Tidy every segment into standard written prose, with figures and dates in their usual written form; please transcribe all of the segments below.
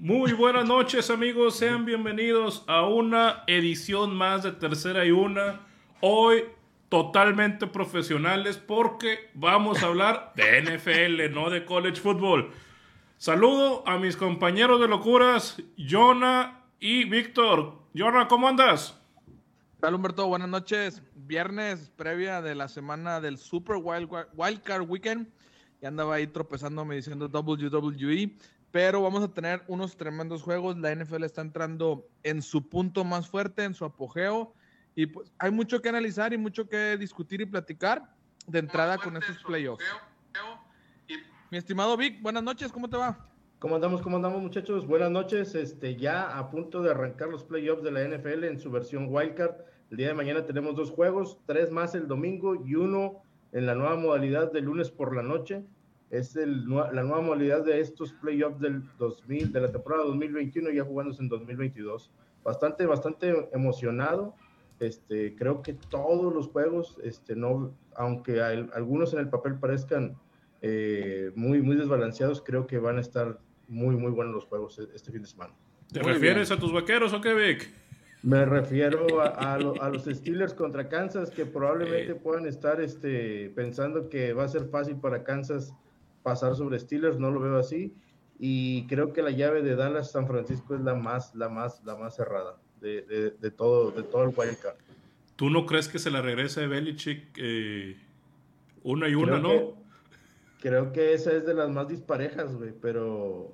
Muy buenas noches, amigos, sean bienvenidos a una edición más de Tercera y Una. Hoy totalmente profesionales porque vamos a hablar de NFL, no de college football. Saludo a mis compañeros de locuras, Jonah y Víctor. Jonah, ¿cómo andas? Hola Humberto, buenas noches. Viernes previa de la semana del Super Wildcard Weekend. Y andaba ahí tropezándome diciendo WWE. Pero vamos a tener unos tremendos juegos. La NFL está entrando en su punto más fuerte, en su apogeo. Y pues hay mucho que analizar y mucho que discutir y platicar de entrada con estos playoffs. Mi estimado Vic, buenas noches, ¿cómo te va? ¿Cómo andamos, muchachos? Buenas noches. Ya a punto de arrancar los playoffs de la NFL en su versión Wildcard. El día de mañana tenemos 2 juegos, 3 más el domingo y 1 en la nueva modalidad de lunes por la noche. Es la nueva modalidad de estos playoffs de la temporada 2021, ya jugándose en 2022. Bastante emocionado. Creo que todos los juegos, aunque algunos en el papel parezcan muy desbalanceados, creo que van a estar muy buenos los juegos este fin de semana. ¿Te refieres a tus vaqueros o qué, Vic? Me refiero a los Steelers contra Kansas, que probablemente puedan estar pensando que va a ser fácil para Kansas pasar sobre Steelers. No lo veo así, y creo que la llave de Dallas-San Francisco es la más cerrada de todo el wildcard. ¿Tú no crees que se la regrese Belichick una y una, no? Creo que esa es de las más disparejas, güey, pero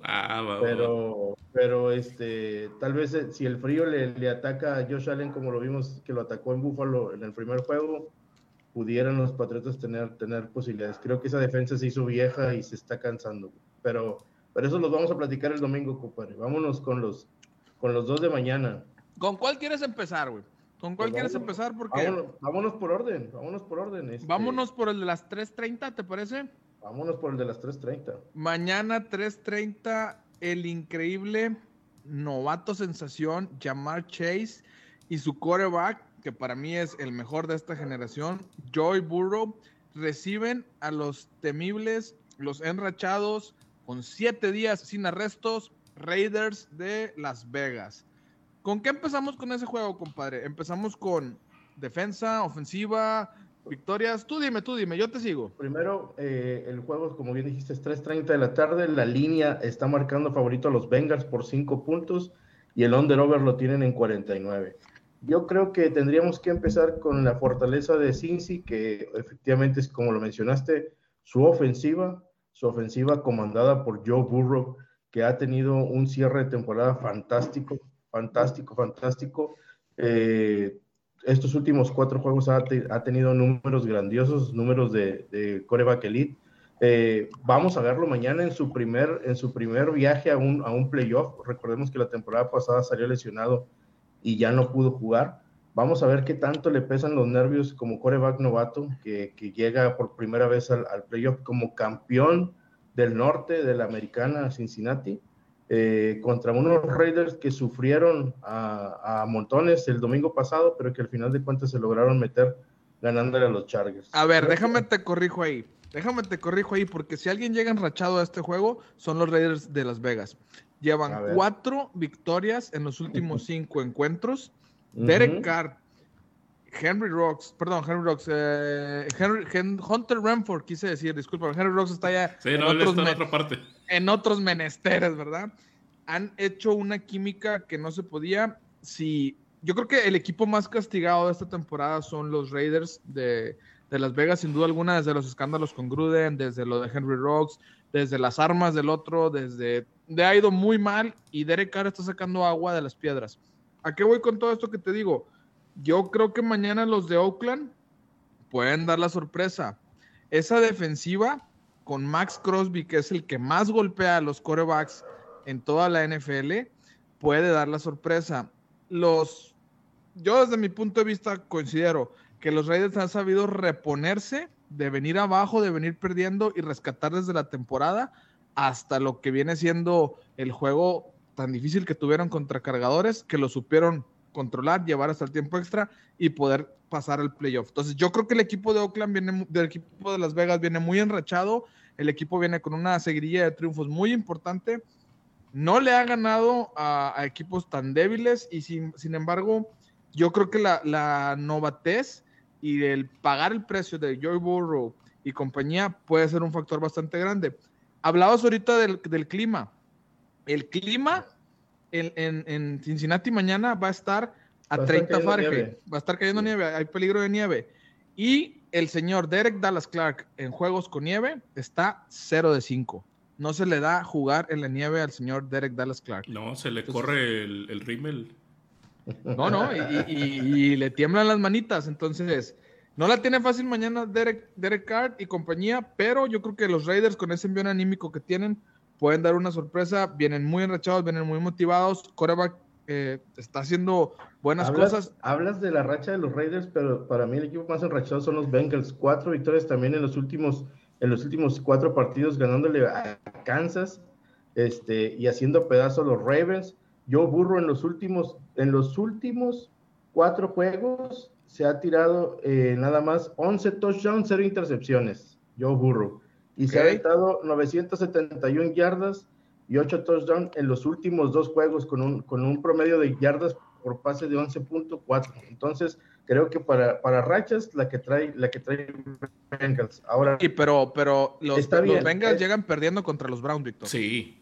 tal vez si el frío le ataca a Josh Allen como lo vimos que lo atacó en Buffalo en el primer juego, pudieran los Patriotas tener posibilidades. Creo que esa defensa se hizo vieja y se está cansando, pero eso los vamos a platicar el domingo, compadre. Vámonos con los 2 de mañana. ¿Con cuál quieres empezar, güey? ¿Con cuál quieres empezar? Porque vámonos por orden. Vámonos por el de las 3:30, ¿te parece? Vámonos por el de las 3:30. Mañana 3:30, el increíble novato sensación Ja'Marr Chase y su quarterback, que para mí es el mejor de esta generación, Joe Burrow, reciben a los temibles, los enrachados, con 7 días sin arrestos, Raiders de Las Vegas. ¿Con qué empezamos con ese juego, compadre? ¿Empezamos con defensa, ofensiva, victorias? Tú dime, yo te sigo. Primero, el juego, como bien dijiste, es 3:30 de la tarde. La línea está marcando favorito a los Bengals por 5 puntos y el under-over lo tienen en 49. Yo creo que tendríamos que empezar con la fortaleza de Cincy, que efectivamente es, como lo mencionaste, su ofensiva comandada por Joe Burrow, que ha tenido un cierre de temporada fantástico. Estos últimos 4 juegos ha tenido números grandiosos, números de quarterback elite. Vamos a verlo mañana en su primer viaje a un playoff. Recordemos que la temporada pasada salió lesionado y ya no pudo jugar. Vamos a ver qué tanto le pesan los nervios como quarterback novato, que llega por primera vez al playoff como campeón del norte de la americana Cincinnati, contra unos Raiders que sufrieron a montones el domingo pasado, pero que al final de cuentas se lograron meter ganándole a los Chargers. A ver, déjame te corrijo ahí, porque si alguien llega enrachado a este juego, son los Raiders de Las Vegas. Llevan 4 victorias en los últimos 5 encuentros. Derek Carr, Hunter Renfrow, quise decir, disculpa, Henry Rocks está ya en otra parte. En otros menesteres, ¿verdad? Han hecho una química que no se podía. Yo creo que el equipo más castigado de esta temporada son los Raiders de Las Vegas, sin duda alguna, desde los escándalos con Gruden, desde lo de Henry Rocks, desde las armas del otro, ha ido muy mal, y Derek Carr está sacando agua de las piedras. ¿A qué voy con todo esto que te digo? Yo creo que mañana los de Oakland pueden dar la sorpresa. Esa defensiva con Max Crosby, que es el que más golpea a los quarterbacks en toda la NFL, puede dar la sorpresa. Yo desde mi punto de vista considero que los Raiders han sabido reponerse de venir abajo, de venir perdiendo y rescatar desde la temporada hasta lo que viene siendo el juego tan difícil que tuvieron contra Cargadores, que lo supieron controlar, llevar hasta el tiempo extra y poder pasar al playoff. Entonces yo creo que el equipo de Oakland del equipo de Las Vegas viene muy enrachado, el equipo viene con una seguidilla de triunfos muy importante. no le ha ganado a equipos tan débiles y sin embargo, yo creo que la novatez y el pagar el precio de Joe Burrow y compañía puede ser un factor bastante grande. Hablabas ahorita del clima. El clima en Cincinnati mañana va a estar a 30 Fahrenheit. Va a estar cayendo nieve, hay peligro de nieve. Y el señor Derek Dallas Clark en juegos con nieve está 0 de 5. No se le da jugar en la nieve al señor Derek Dallas Clark. No, se le corre el rímel. No, y le tiemblan las manitas. Entonces, no la tiene fácil mañana Derek Carr y compañía, pero yo creo que los Raiders con ese envío anímico que tienen pueden dar una sorpresa. Vienen muy enrachados, vienen muy motivados. Quarterback está haciendo buenas cosas. Hablas de la racha de los Raiders, pero para mí el equipo más enrachado son los Bengals. 4 victorias también en los últimos 4 partidos, ganándole a Kansas y haciendo pedazos a los Ravens. Joe Burrow en los últimos 4 juegos se ha tirado nada más 11 touchdowns, 0 intercepciones. Joe Burrow. Y se ha aventado 971 yardas y 8 touchdowns en los últimos 2 juegos con un promedio de yardas por pase de 11.4. Entonces, creo que para rachas la que trae Bengals. Ahora, sí, pero los Bengals llegan perdiendo contra los Browns, Víctor. Sí,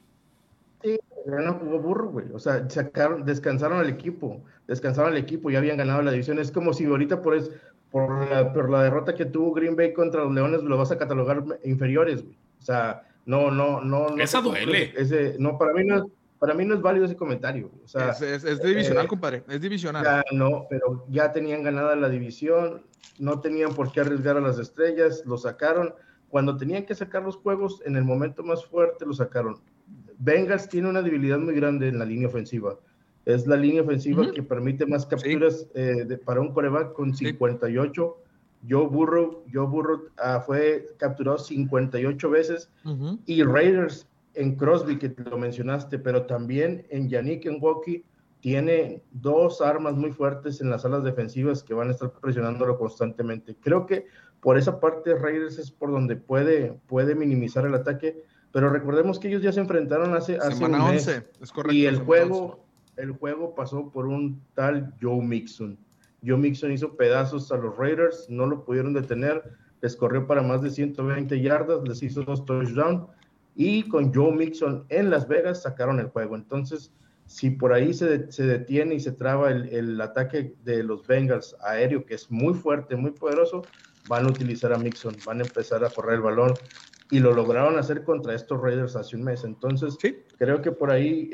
no jugó Burro, güey. O sea, descansaron al equipo, ya habían ganado la división. Es como si ahorita por la derrota que tuvo Green Bay contra los Leones lo vas a catalogar inferiores, güey. O sea, no. Esa duele. Para mí no es válido ese comentario, güey. O sea, es divisional, compadre. Es divisional. Ya no, pero ya tenían ganada la división, no tenían por qué arriesgar a las estrellas, lo sacaron. Cuando tenían que sacar los juegos, en el momento más fuerte lo sacaron. Bengals tiene una debilidad muy grande en la línea ofensiva. Es la línea ofensiva que permite más capturas para un quarterback con 58. Joe Burrow fue capturado 58 veces. Y Raiders en Crosby, que lo mencionaste, pero también en Yannick Ngakoue, tiene 2 armas muy fuertes en las alas defensivas que van a estar presionándolo constantemente. Creo que por esa parte Raiders es por donde puede minimizar el ataque. Pero recordemos que ellos ya se enfrentaron hace semana un mes, 11, es correcto. Y el juego pasó por un tal Joe Mixon. Joe Mixon hizo pedazos a los Raiders, no lo pudieron detener, les corrió para más de 120 yardas, les hizo 2 touchdowns, y con Joe Mixon en Las Vegas sacaron el juego. Entonces, si por ahí se detiene y se traba el ataque de los Bengals aéreo, que es muy fuerte, muy poderoso, van a utilizar a Mixon, van a empezar a correr el balón. Y lo lograron hacer contra estos Raiders hace un mes. Entonces, creo que por ahí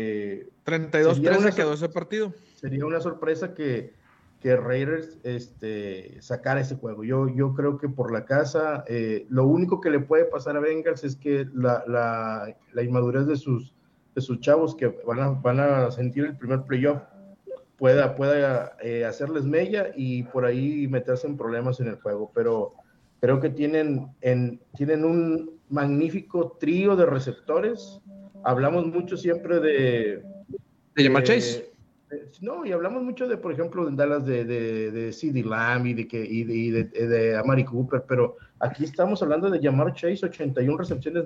32-13 quedó ese partido. Sería una sorpresa que Raiders sacara ese juego. Yo creo que por la casa, lo único que le puede pasar a Bengals es que la inmadurez de sus chavos que van a sentir el primer playoff pueda hacerles mella y por ahí meterse en problemas en el juego. Pero creo que tienen un magnífico trío de receptores. Hablamos mucho siempre de Ja'Marr Chase. Y hablamos mucho de, por ejemplo, en Dallas de CeeDee Lamb y de Amari Cooper, pero aquí estamos hablando de Ja'Marr Chase, 81 recepciones,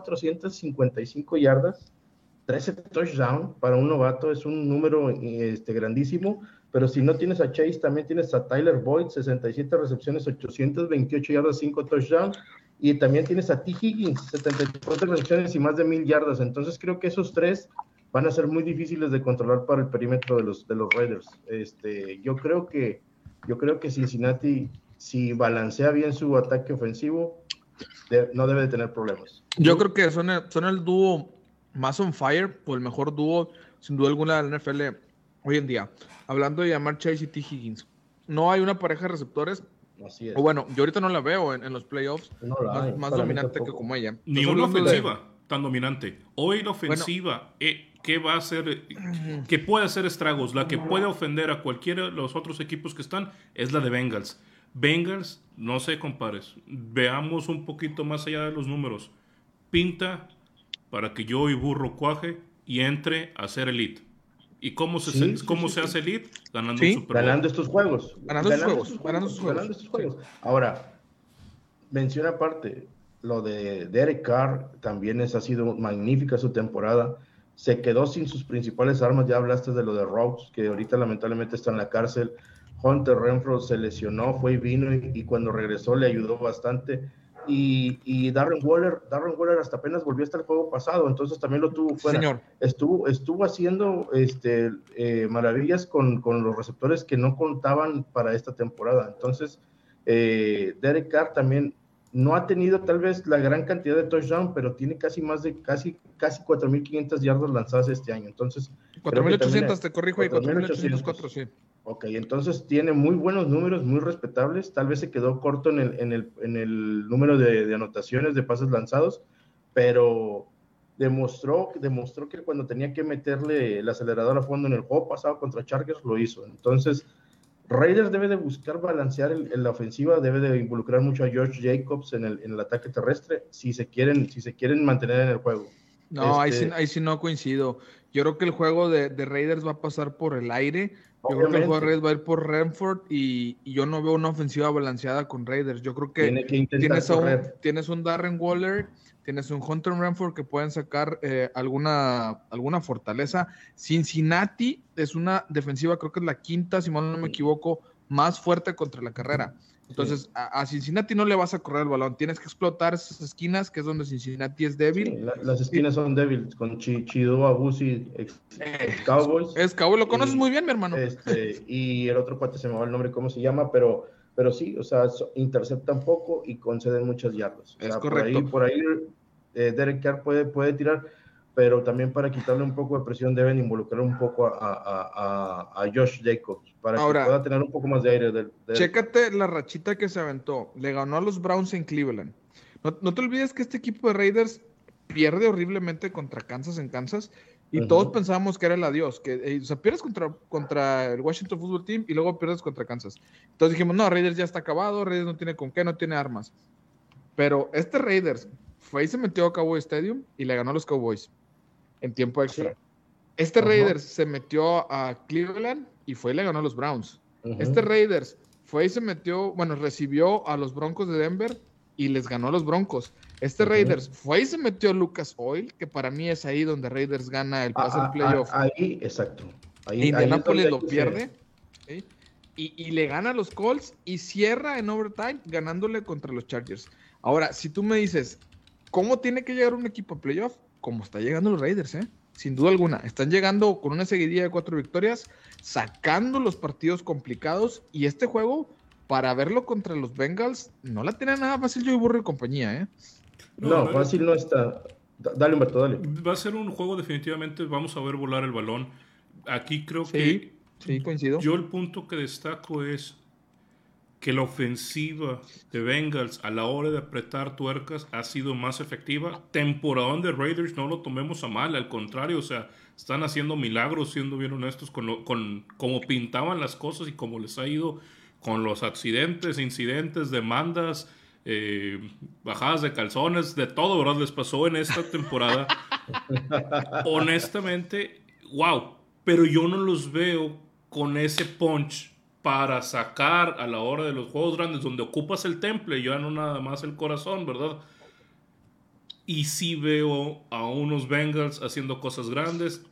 1,455 yardas, 13 touchdowns para un novato, es un número grandísimo. Pero si no tienes a Chase, también tienes a Tyler Boyd, 67 recepciones, 828 yardas, 5 touchdowns. Y también tienes a T. Higgins, 74 recepciones y más de 1,000 yardas. Entonces creo que esos 3 van a ser muy difíciles de controlar para el perímetro de los Raiders. Yo creo que Cincinnati, si balancea bien su ataque ofensivo, no debe de tener problemas. Yo creo que son el dúo más on fire, o el mejor dúo, sin duda alguna, de la NFL hoy en día. Hablando de Ja'Marr Chase y T. Higgins, no hay una pareja de receptores. Así es. O bueno, yo ahorita no la veo en los playoffs, no más dominante que como ella. Ni una ofensiva tan dominante. Hoy la ofensiva que va a hacer, que puede hacer estragos, la que puede ofender a cualquiera de los otros equipos que están, es la de Bengals. Bengals, no sé, compares, veamos un poquito más allá de los números. Pinta para que yo y Burro cuaje y entre a ser elite. ¿Y cómo se hace elite? Ganando un Super Bowl. Ganando estos juegos. Ganando estos juegos. Ahora, menciona aparte, lo de Derek Carr también ha sido magnífica su temporada. se quedó sin sus principales armas. Ya hablaste de lo de Rhodes, que ahorita lamentablemente está en la cárcel. Hunter Renfrow se lesionó, fue y vino, y cuando regresó le ayudó bastante. Y Darren Waller hasta apenas volvió hasta el juego pasado, entonces también lo tuvo fuera. Señor. Estuvo haciendo maravillas con los receptores que no contaban para esta temporada. Entonces, Derek Carr también no ha tenido tal vez la gran cantidad de touchdown, pero tiene casi 4.500 yardas lanzadas este año. Entonces, 4.800, te corrijo ahí, 4.804, sí. Ok, entonces tiene muy buenos números, muy respetables. Tal vez se quedó corto en el número de anotaciones, de pases lanzados, pero demostró que cuando tenía que meterle el acelerador a fondo en el juego pasado contra Chargers, lo hizo. Entonces, Raiders debe de buscar balancear en la ofensiva, debe de involucrar mucho a George Jacobs en el ataque terrestre, si se quieren mantener en el juego. No, ahí sí no coincido. Yo creo que el juego de Raiders va a pasar por el aire. Yo creo que el juego de Raiders va a ir por Renford y yo no veo una ofensiva balanceada con Raiders. Yo creo que tienes un Darren Waller, tienes un Hunter Renford que pueden sacar alguna fortaleza. Cincinnati es una defensiva, creo que es la quinta, si mal no me equivoco, más fuerte contra la carrera. Entonces, a Cincinnati no le vas a correr el balón. Tienes que explotar esas esquinas, que es donde Cincinnati es débil. Sí, las esquinas son débiles, con Chido Abusi, Cowboys. Es Cowboy, lo conoces muy bien, mi hermano. Y el otro cuate se me va el nombre, ¿cómo se llama? Pero sí, o sea, interceptan poco y conceden muchas yardas. Es correcto. Por ahí Derek Carr puede tirar, pero también para quitarle un poco de presión deben involucrar un poco a Josh Jacobs para que pueda tener un poco más de aire. Chécate la rachita que se aventó. Le ganó a los Browns en Cleveland. No te olvides que este equipo de Raiders pierde horriblemente contra Kansas en Kansas y todos pensábamos que era el adiós. O sea, pierdes contra el Washington Football Team y luego pierdes contra Kansas. Entonces dijimos, no, Raiders ya está acabado, Raiders no tiene con qué, no tiene armas. Pero este Raiders fue y se metió a Cowboy Stadium y le ganó a los Cowboys en tiempo extra. Sí. Este Raiders se metió a Cleveland y fue y le ganó a los Browns. Este Raiders fue y se metió, recibió a los Broncos de Denver y les ganó a los Broncos. Este Raiders fue y se metió a Lucas Oil, que para mí es ahí donde Raiders gana el pase al playoff. Ahí, exacto. Indianapolis lo pierde. ¿Sí? Y le gana a los Colts y cierra en overtime ganándole contra los Chargers. Ahora, si tú me dices, ¿cómo tiene que llegar un equipo a playoff? Como está llegando los Raiders, sin duda alguna. Están llegando con una seguidilla de 4 victorias, sacando los partidos complicados, y este juego, para verlo contra los Bengals, no la tiene nada fácil Joey Burrow y compañía, No, fácil no está. Dale, Humberto, dale. Va a ser un juego definitivamente, vamos a ver volar el balón. Aquí creo que... Sí, coincido. Yo el punto que destaco es que la ofensiva de Bengals a la hora de apretar tuercas ha sido más efectiva. Temporadón de Raiders, no lo tomemos a mal, al contrario, o sea, están haciendo milagros, siendo bien honestos, con cómo pintaban las cosas y cómo les ha ido con los accidentes, incidentes, demandas, bajadas de calzones, de todo, ¿verdad? Les pasó en esta temporada. Honestamente, wow, pero yo no los veo con ese punch para sacar a la hora de los juegos grandes donde ocupas el temple, ya no nada más el corazón, ¿verdad? Y sí veo a unos Bengals haciendo cosas grandes.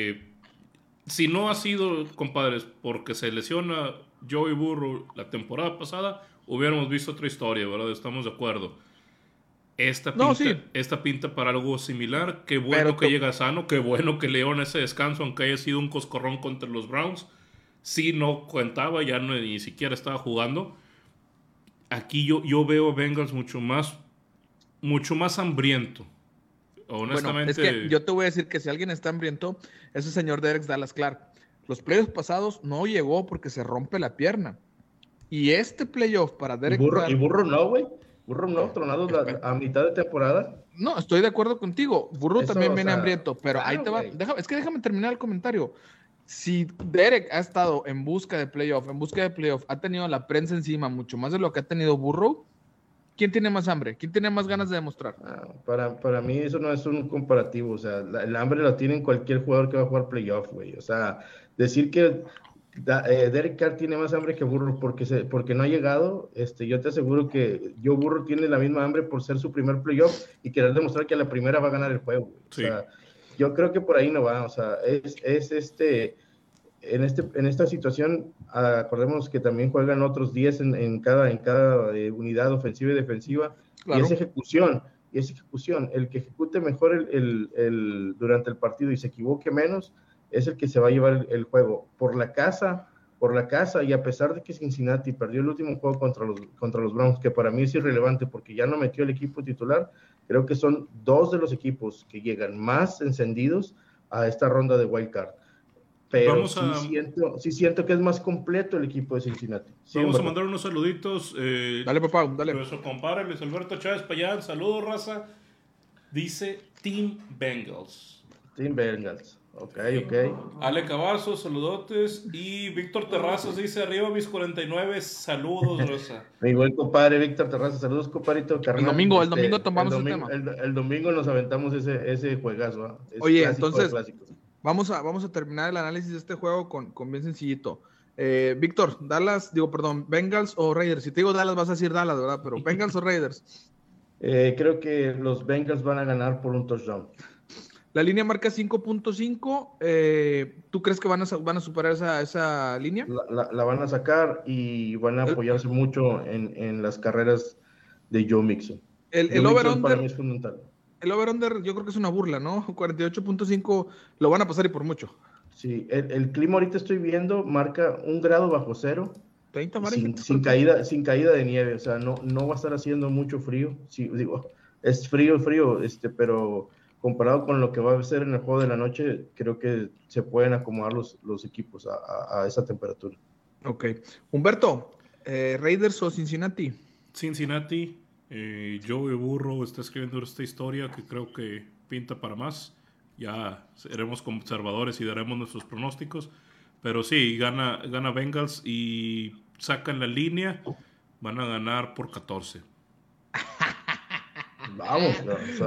Si no ha sido, compadres, porque se lesiona Joey Burrow la temporada pasada, hubiéramos visto otra historia, ¿verdad? Estamos de acuerdo. Esta pinta para algo similar. Qué bueno que llega sano, qué bueno que le dieron ese descanso, aunque haya sido un coscorrón contra los Browns. Sí, no contaba, ya no, ni siquiera estaba jugando. Aquí yo veo a Bengals mucho más hambriento. Honestamente. Bueno, es que yo te voy a decir que si alguien está hambriento, es el señor Derek Dallas Clark. Los playoffs pasados no llegó porque se rompe la pierna. Y este playoff para Derek Clark... ¿Y Burrow no, güey? Burrow no, tronado a mitad de temporada. No, estoy de acuerdo contigo. Burrow también viene hambriento, pero claro, ahí te va. Déjame terminar el comentario. Si Derek ha estado en busca de playoff, ha tenido la prensa encima mucho más de lo que ha tenido Burrow, ¿quién tiene más hambre? ¿Quién tiene más ganas de demostrar? Para mí eso no es un comparativo. O sea, el hambre lo tiene cualquier jugador que va a jugar playoff, güey. O sea, decir que Derek Carr tiene más hambre que Burrow porque no ha llegado, yo te aseguro que Burrow tiene la misma hambre por ser su primer playoff y querer demostrar que a la primera va a ganar el juego, güey. Sí. O sea, Yo creo que por ahí no va, o sea, en esta situación, acordemos que también juegan otros 10 en cada unidad ofensiva y defensiva, Claro. y es ejecución. El que ejecute mejor durante el partido y se equivoque menos, es el que se va a llevar el juego. Por la casa, y a pesar de que Cincinnati perdió el último juego contra los Browns, que para mí es irrelevante porque ya no metió el equipo titular, creo que son dos de los equipos que llegan más encendidos a esta ronda de Wild Card. Pero sí siento que es más completo el equipo de Cincinnati. Sí, vamos a mandar unos saluditos. Dale, papá, dale. Nuestro compadre Luis Alberto Chávez Payán, saludos, raza. Dice Team Bengals. Team Bengals. Ok. Ale Cavazos, saludotes. Y Víctor Terrazas dice, arriba mis 49, saludos, raza. Mi buen compadre Víctor Terrazas, saludos, compadrito. El domingo tomamos el tema. El domingo nos aventamos ese juegazo. ¿Eh? Oye, entonces, vamos a terminar el análisis de este juego con bien sencillito. Víctor, Bengals o Raiders. Si te digo Dallas, vas a decir Dallas, ¿verdad? Pero Bengals o Raiders. Creo que los Bengals van a ganar por un touchdown. La línea marca 5.5. ¿Tú crees que van a superar esa línea? La van a sacar y van a apoyarse mucho en las carreras de Joe Mixon. El over-under para mí es fundamental. El over-under yo creo que es una burla, ¿no? 48.5 lo van a pasar y por mucho. Sí, el clima ahorita estoy viendo marca 1 grado bajo cero. 30 sin caída de nieve, o sea, no va a estar haciendo mucho frío. Sí, digo, es frío, pero comparado con lo que va a ser en el juego de la noche, creo que se pueden acomodar los equipos a esa temperatura. Ok. Humberto, ¿Raiders o Cincinnati? Cincinnati. Joey Burrow está escribiendo esta historia que creo que pinta para más. Ya seremos conservadores y daremos nuestros pronósticos. Pero sí, gana Bengals y sacan la línea. Van a ganar por 14. Vamos,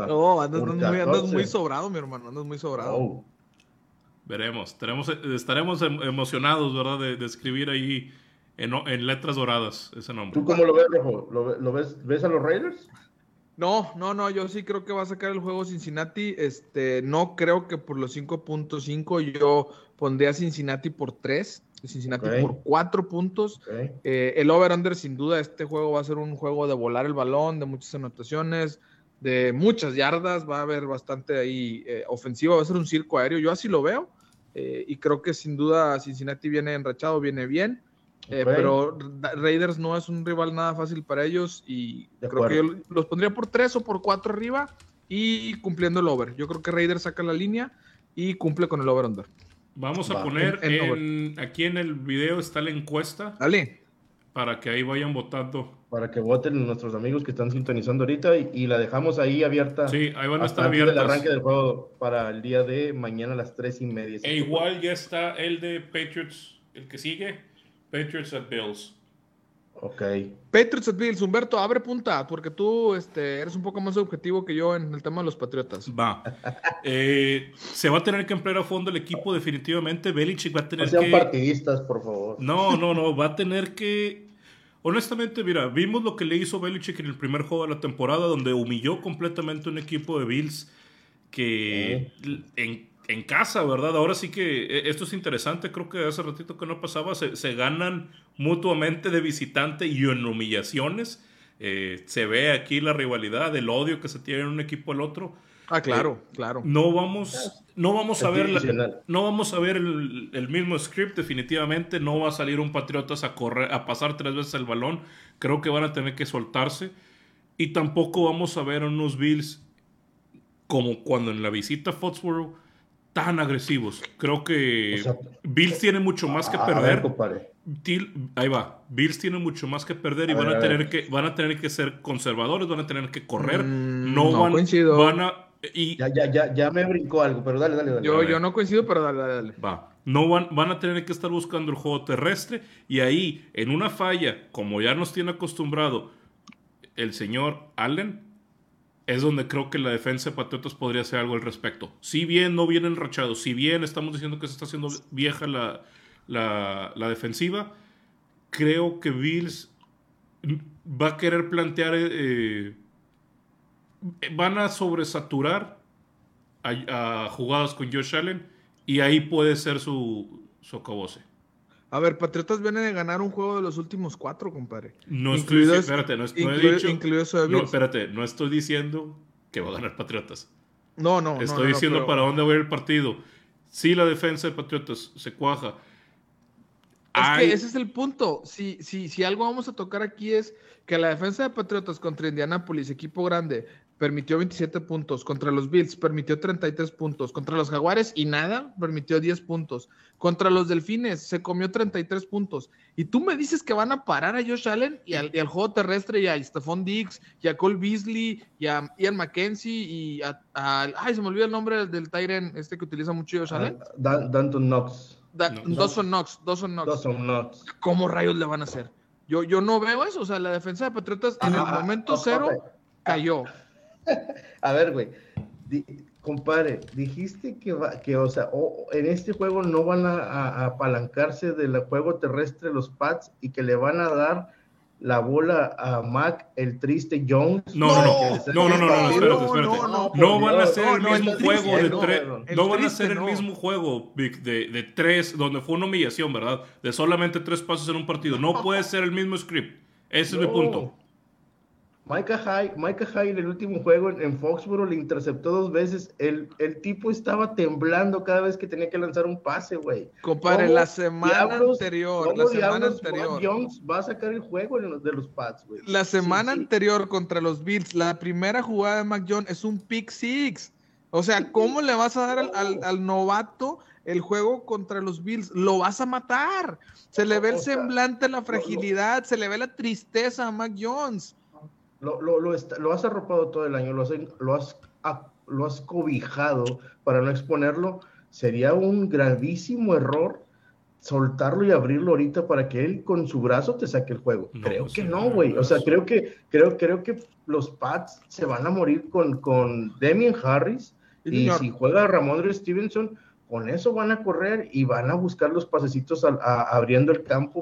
andas muy sobrado, mi hermano. Andas muy sobrado. Oh. Veremos. Estaremos emocionados, ¿verdad? De escribir ahí en letras doradas ese nombre. ¿Tú cómo lo ves, Rojo? ¿Lo ves a los Raiders? No, yo sí creo que va a sacar el juego Cincinnati. No creo que por los 5.5. Yo pondría a Cincinnati por 3. Cincinnati por 4 puntos. El over-under, sin duda, este juego va a ser un juego de volar el balón, de muchas anotaciones, de muchas yardas. Va a haber bastante ahí ofensiva, va a ser un circo aéreo. Yo así lo veo. Y creo que sin duda Cincinnati viene enrachado, viene bien. Pero Raiders no es un rival nada fácil para ellos y creo que yo los pondría por 3 o por 4 arriba y cumpliendo el over. Yo creo que Raiders saca la línea y cumple con el over-under. Vamos a poner aquí en el video está la encuesta. Dale. Para que ahí vayan votando. Para que voten nuestros amigos que están sintonizando ahorita y la dejamos ahí abierta. Sí, ahí van a estar abiertas. abiertas. El arranque del juego para el día de mañana a las 3:30. E igual ya está el de Patriots, el que sigue. Patriots at Bills. Ok. Patriots at Bills. Humberto, abre punta, porque tú eres un poco más objetivo que yo en el tema de los Patriotas. Va. Se va a tener que emplear a fondo el equipo definitivamente. Belichick va a tener que... No sean partidistas, por favor. No. Va a tener que... Honestamente, mira, vimos lo que le hizo Belichick en el primer juego de la temporada, donde humilló completamente un equipo de Bills que en casa, ¿verdad? Ahora sí que esto es interesante, creo que hace ratito que no pasaba, se ganan mutuamente de visitante y en humillaciones. Se ve aquí la rivalidad, el odio que se tiene en un equipo al otro. Claro. No vamos a ver el mismo script, definitivamente. No va a salir un Patriotas a pasar 3 veces el balón. Creo que van a tener que soltarse. Y tampoco vamos a ver a unos Bills como cuando en la visita a Foxborough tan agresivos. Creo que Bills tiene mucho más que perder. Ahí va. Bills tiene mucho más que perder y van a tener que ser conservadores, van a tener que correr. No coincido. Ya me brincó algo, pero dale. Yo no coincido, pero dale. Va. Van a tener que estar buscando el juego terrestre y ahí, en una falla, como ya nos tiene acostumbrado el señor Allen, es donde creo que la defensa de Patriotas podría hacer algo al respecto. Si bien no viene enrachado, si bien estamos diciendo que se está haciendo vieja la defensiva, creo que Bills va a querer plantear, van a sobresaturar a jugadas con Josh Allen y ahí puede ser su acabose. A ver, Patriotas viene de ganar un juego de los últimos 4, compadre. No Incluido estoy, espérate, no he dicho, incluido eso de no, Bills. espérate, no estoy diciendo que va a ganar Patriotas. No. Estoy diciendo para dónde va a ir el partido. Si la defensa de Patriotas se cuaja. Que ese es el punto. Si algo vamos a tocar aquí es que la defensa de Patriotas contra Indianapolis, equipo grande, permitió 27 puntos. Contra los Bills permitió 33 puntos. Contra los Jaguares y nada, permitió 10 puntos. Contra los Delfines se comió 33 puntos. Y tú me dices que van a parar a Josh Allen y al juego terrestre y a Stephon Diggs y a Cole Beasley y a Ian McKenzie y ay, se me olvidó el nombre del tight end que utiliza mucho Josh Allen. Danton Knox. Dawson Knox. ¿Cómo rayos le van a hacer? Yo no veo eso. O sea, la defensa de Patriotas en el momento cero cayó. A ver, güey. Compadre, dijiste que o sea, en este juego no van a apalancarse del juego terrestre los Pats y que le van a dar la bola a Mac, el triste Jones. No, espérate. No van a ser el mismo juego de tres. No van a ser el mismo juego, Vic, de 3, donde fue una humillación, ¿verdad? De solamente 3 pases en un partido. No puede ser el mismo script. Ese es mi punto. Micah Hyde en el último juego en Foxborough le interceptó 2 veces. El tipo estaba temblando cada vez que tenía que lanzar un pase, güey. Compadre, la semana anterior. Jones va a sacar el juego de los Pats, güey. La semana anterior contra los Bills, la primera jugada de Mac Jones es un pick six. O sea, ¿cómo le vas a dar al novato el juego contra los Bills? Lo vas a matar. Se le ve el semblante, la fragilidad, se le ve la tristeza a Mac Jones. Lo has arropado todo el año, lo has cobijado para no exponerlo. Sería un gravísimo error soltarlo y abrirlo ahorita para que él con su brazo te saque el juego. Creo que no, güey. O sea, creo que los Pats se van a morir con Damien Harris y si juega Ramondre Stevenson, con eso van a correr y van a buscar los pasecitos abriendo el campo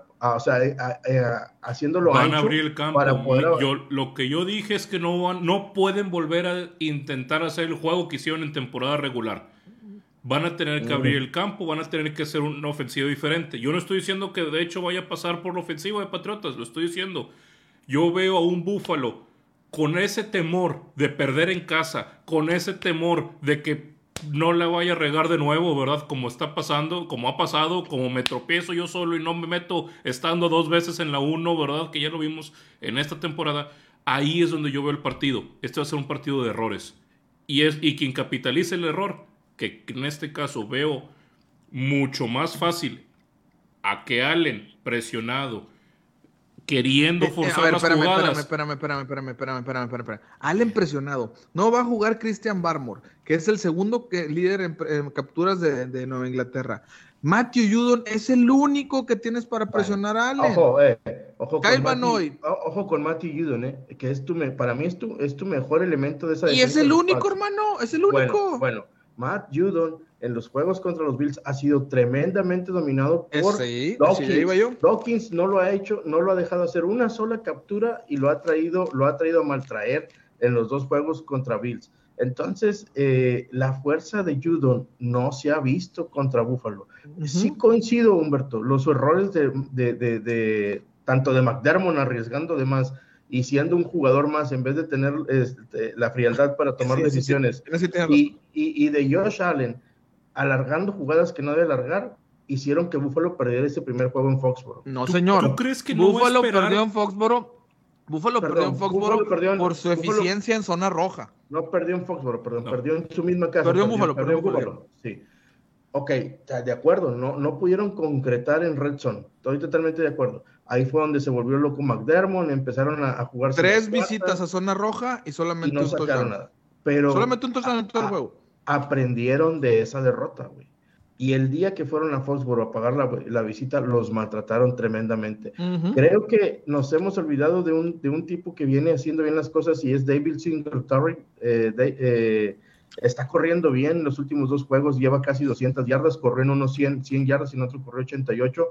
haciéndolo van ancho. Van a abrir el campo. Para lo que yo dije es que no pueden volver a intentar hacer el juego que hicieron en temporada regular. Van a tener que abrir el campo, van a tener que hacer una ofensiva diferente. Yo no estoy diciendo que de hecho vaya a pasar por la ofensiva de Patriotas, lo estoy diciendo. Yo veo a un Búfalo con ese temor de perder en casa, con ese temor de que no la vaya a regar de nuevo, ¿verdad? Como está pasando, como ha pasado, como me tropiezo yo solo y no me meto estando 2 veces en la 1, ¿verdad? Que ya lo vimos en esta temporada. Ahí es donde yo veo el partido. Este va a ser un partido de errores. Y quien capitalice el error, que en este caso veo mucho más fácil a que Allen presionado, queriendo forzar las jugadas. Espérame. Allen presionado. No va a jugar Christian Barmore, que es el segundo líder en capturas de Nueva Inglaterra. Matthew Judon es el único que tienes para presionar a Allen. Ojo Kyle Van Noy. Ojo con Matthew Judon, que para mí es tu mejor elemento de esa defensa. Y es el único, hermano, es el único. Bueno, Matt Judon en los juegos contra los Bills ha sido tremendamente dominado por Dawkins. Dawkins no lo ha hecho, no lo ha dejado hacer una sola captura y lo ha traído a maltraer en los 2 juegos contra Bills. Entonces, la fuerza de Judon no se ha visto contra Buffalo. Sí coincido, Humberto, los errores de tanto de McDermott arriesgando de más y siendo un jugador más en vez de tener la frialdad para tomar decisiones. Y de Josh Allen alargando jugadas que no debe alargar, hicieron que Buffalo perdiera ese primer juego en Foxboro. No, señor. ¿Tú crees que no Buffalo perdió en Foxboro? Buffalo perdió en Foxboro por su eficiencia en zona roja. No perdió en Foxboro, perdió en su misma casa. Perdió en Buffalo. Sí. Ok, de acuerdo, no pudieron concretar en Red Zone. Estoy totalmente de acuerdo. Ahí fue donde se volvió loco McDermott, empezaron a jugar 3 visitas a zona roja y solamente no sacaron nada. Pero solamente un touchdown en todo el juego. Aprendieron de esa derrota, güey. Y el día que fueron a Foxboro a pagar la visita, los maltrataron tremendamente. Creo que nos hemos olvidado de un tipo que viene haciendo bien las cosas y es David Singletary. Está corriendo bien en los últimos 2 juegos, lleva casi 200 yardas, corrió en unos 100 yardas y en otro corrió 88.